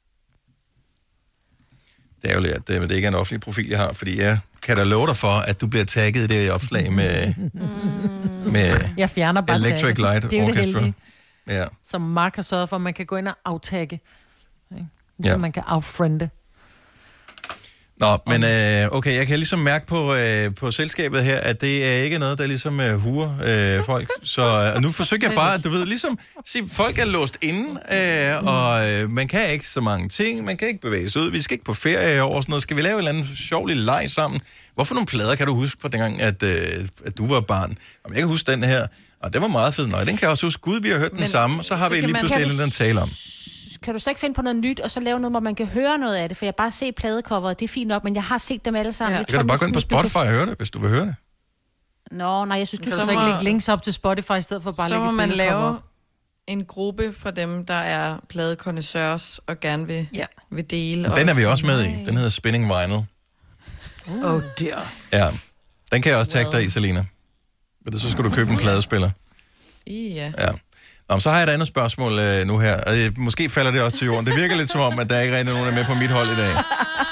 Det er jo lidt, at det, det ikke er en offentlig profil, jeg har, fordi jeg kan da love dig for, at du bliver tagget i det opslag med, med Jeg fjerner bare Electric tagget. Light Det er jo det Orchestra. heldige, Ja. som Mark har sørget for, at man kan gå ind og aftagge. Ikke? Så Ja. man kan affriende. Nå, men øh, okay, jeg kan ligesom mærke på, øh, på selskabet her, at det er ikke noget, der ligesom øh, huer øh, folk. Så øh, nu forsøger jeg bare, at du ved, ligesom, sige, folk er låst inde, øh, og øh, man kan ikke så mange ting, man kan ikke bevæge sig ud, vi skal ikke på ferie over sådan noget. Skal vi lave en eller anden sjov lille leg sammen? Hvorfor nogle plader kan du huske fra dengang, at, øh, at du var barn? Om jeg kan huske den her, og den var meget fed. Nå, den kan jeg også huske. Gud, vi har hørt den Men, samme, så har så vi kan lige man- pludselig kan en du- den tale om. Kan du så ikke finde på noget nyt, og så lave noget, hvor man kan høre noget af det? For jeg har bare set pladecoveret, det er fint nok, men jeg har set dem alle sammen. Ja. Jeg Så kan du tror bare gå ind på næsten ikke, du Spotify og høre det, hvis du vil høre det. kan- Nå, nej, jeg synes, du Kan du så så ikke må... lægge links op til Spotify, i stedet for bare at Så lægge må et man billedcover lave op? en gruppe fra dem, der er pladekondensørs og gerne vil, Ja. vil dele. Den er og vi sådan, også med i. nej. Den hedder Spinning Vinyl. Oh dear. Ja, den kan jeg også tagge dig i, Selina. Men så skal du købe en pladespiller. Ja. Ja. Nå, men så har jeg et andet spørgsmål øh, nu her. Og, øh, måske falder det også til jorden. Det virker lidt som om, at der ikke rigtig er nogen, der er med på mit hold i dag.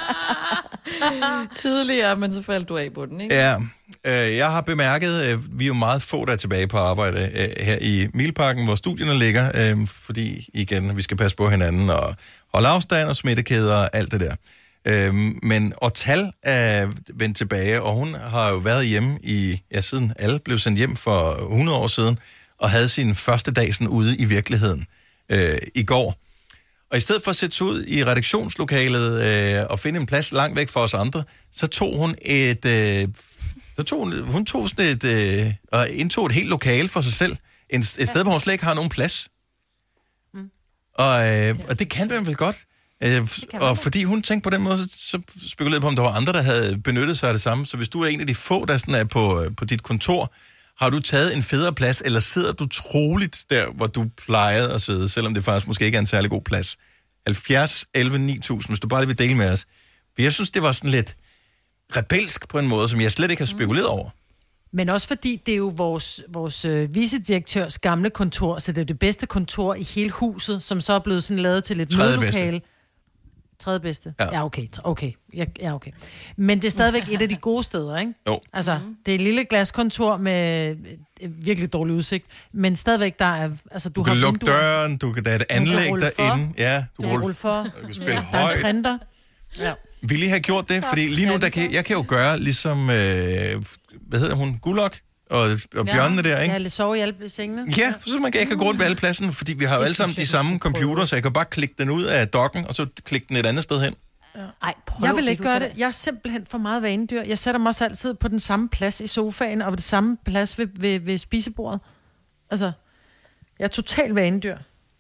Tidligere, men så faldt du af på den, ikke? Ja, øh, jeg har bemærket, øh, vi er jo meget få, der er tilbage på arbejde øh, her i Milparken, hvor studierne ligger, øh, fordi igen, vi skal passe på hinanden og holde afstand og smittekæder og alt det der. Øh, men Ortal er vendt tilbage, og hun har jo været hjemme i, ja, siden alle blev sendt hjem for hundrede år siden, og havde sin første dag sådan ude i virkeligheden øh, i går. Og i stedet for at sætte sig ud i redaktionslokalet øh, og finde en plads langt væk fra os andre, så tog hun et... Øh, så tog hun, hun tog sådan et... Øh, og indtog et helt lokale for sig selv. En, et sted, hvor hun slet ikke har nogen plads. Mm. Og, øh, og det kan man vel godt. Øh, og fordi hun tænkte på den måde, så, så spekulerede på, om der var andre, der havde benyttet sig af det samme. Så hvis du er en af de få, der sådan er på, på dit kontor, har du taget en federe plads, eller sidder du troligt der, hvor du plejede at sidde, selvom det faktisk måske ikke er en særlig god plads? halvfjerds elleve ni tusind, hvis du bare lige vil dele med os. For jeg synes, det var sådan lidt rebelsk på en måde, som jeg slet ikke har spekuleret over. Men også fordi det er jo vores, vores øh, vicedirektørs gamle kontor, så det er jo det bedste kontor i hele huset, som så er blevet sådan lavet til et Tredje mødelokale. Tredje bedste? Ja. Ja, okay. okay. Ja, ja, okay. Men det er stadigvæk et af de gode steder, ikke? Jo. Altså, det er et lille glaskontor med øh, virkelig dårlig udsigt, men stadigvæk der er... Altså, du, Du kan har lukke vinduer, døren, du kan, der er et kan anlæg rulle for. derinde. Ja, du kan rulle for. Du kan spille Ja, der er højt. en printer. Ja. Vil I have gjort det? Fordi lige nu, der kan, jeg kan jo gøre ligesom, øh, hvad hedder hun, Gullok og, og Bjørnene der, ikke? Ja, lidt sove i alle sengene. Ja, så man kan ikke gå rundt ved alle pladsen, fordi vi har jo alle sammen de samme computer, så jeg kan bare klikke den ud af dokken, og så klikke den et andet sted hen. Ej, prøv Jeg vil det, ikke du gøre kan det. Jeg er simpelthen for meget vanedyr. Jeg sætter mig også altid på den samme plads i sofaen, og på det samme plads ved, ved, ved spisebordet. Altså, jeg er totalt vanedyr.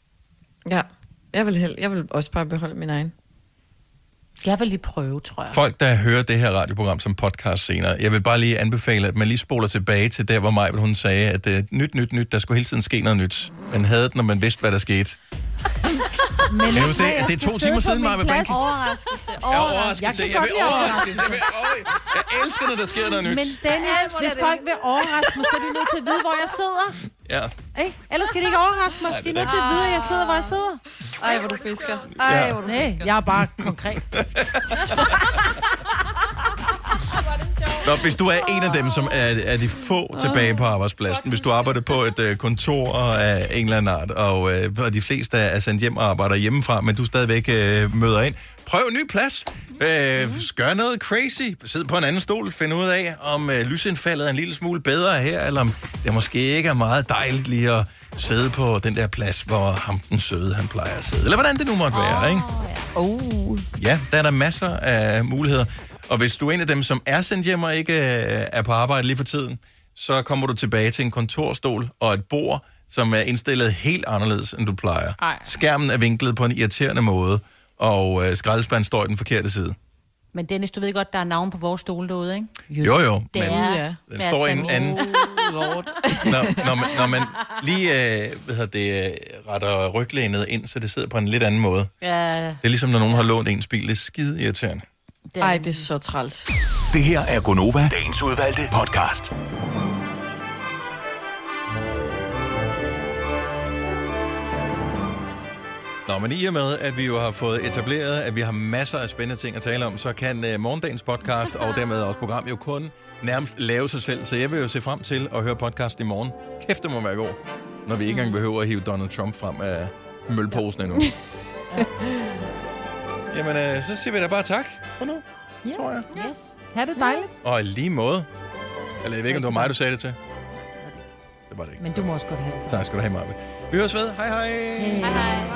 Ja, jeg vil, hel- jeg vil også bare beholde min egen. Jeg vil lige prøve, tror jeg. Folk, der hører det her radioprogram som podcast senere, jeg vil bare lige anbefale, at man lige spoler tilbage til der, hvor Maj, hun sagde, at uh, nyt, nyt, nyt, der skulle hele tiden ske noget nyt. Man havde det, når man vidste, hvad der skete. Men Kan du huske det? Det er to timer siden, Maja, med Brink. Overraskelse. Jeg er overrasket. Jeg Jeg, kan jeg, godt vil lide overraskes. Jeg, vil, over... jeg elsker, når der sker noget nyt. Men Dennis, hvis folk vil overraske mig, så er de nødt til at vide, hvor jeg sidder. Ja. Ikke? Ellers skal de ikke overraske mig. De er nødt til at vide, at jeg sidder, hvor jeg sidder. Ej, hvor du fisker. Ja. Ej, hvor du Nej, fisker. jeg er bare konkret. Nå, hvis du er en af dem, som er, er de få tilbage på arbejdspladsen, hvis du arbejder på et uh, kontor af en eller anden art, og, uh, og de fleste er sendt hjem og arbejder hjemmefra, men du stadigvæk uh, møder ind, prøv en ny plads. Uh, gør noget crazy. Sid på en anden stol. Find ud af, om uh, lysindfaldet er en lille smule bedre her, eller om det måske ikke er meget dejligt lige at sidde på den der plads, hvor ham den søde, han plejer at sidde. Eller hvordan det nu måtte være, ikke? Oh. Ja, der er der masser af muligheder. Og hvis du er en af dem, som er sendt hjem og ikke øh, er på arbejde lige for tiden, så kommer du tilbage til en kontorstol og et bord, som er indstillet helt anderledes, end du plejer. Ej. Skærmen er vinklet på en irriterende måde, og øh, skraldespanden står i den forkerte side. Men Dennis, du ved godt, der er navn på vores stole derude, ikke? Jo, jo, Det men er... ja. den det står i en er anden... Oh, Lord. Når, når, man, når man lige øh, hvad hedder det, øh, retter ryglænet ind, så det sidder på en lidt anden måde. Ja, Det er ligesom, når nogen har lånt ens bil. Det er skide irriterende. det Ej, det er så træls. Det her er Gonova, dagens udvalgte podcast. Nå, men i og med, at vi jo har fået etableret, at vi har masser af spændende ting at tale om, så kan uh, morgendagens podcast og dermed også program jo kun nærmest lave sig selv. Så jeg vil jo se frem til at høre podcast i morgen. Kæft, det må være god, når vi ikke engang behøver at hive Donald Trump frem af mølposen endnu. Jamen, uh, så siger vi da bare tak for nu. Ja. tror jeg. Yes. Ha' det dejligt. Og i lige måde. Eller jeg ved ikke, om det var mig, du sagde det til. Det var det ikke. Men du må også godt have det. Tak skal du have, Marve. Vi høres ved. Hej hej. Hej hej.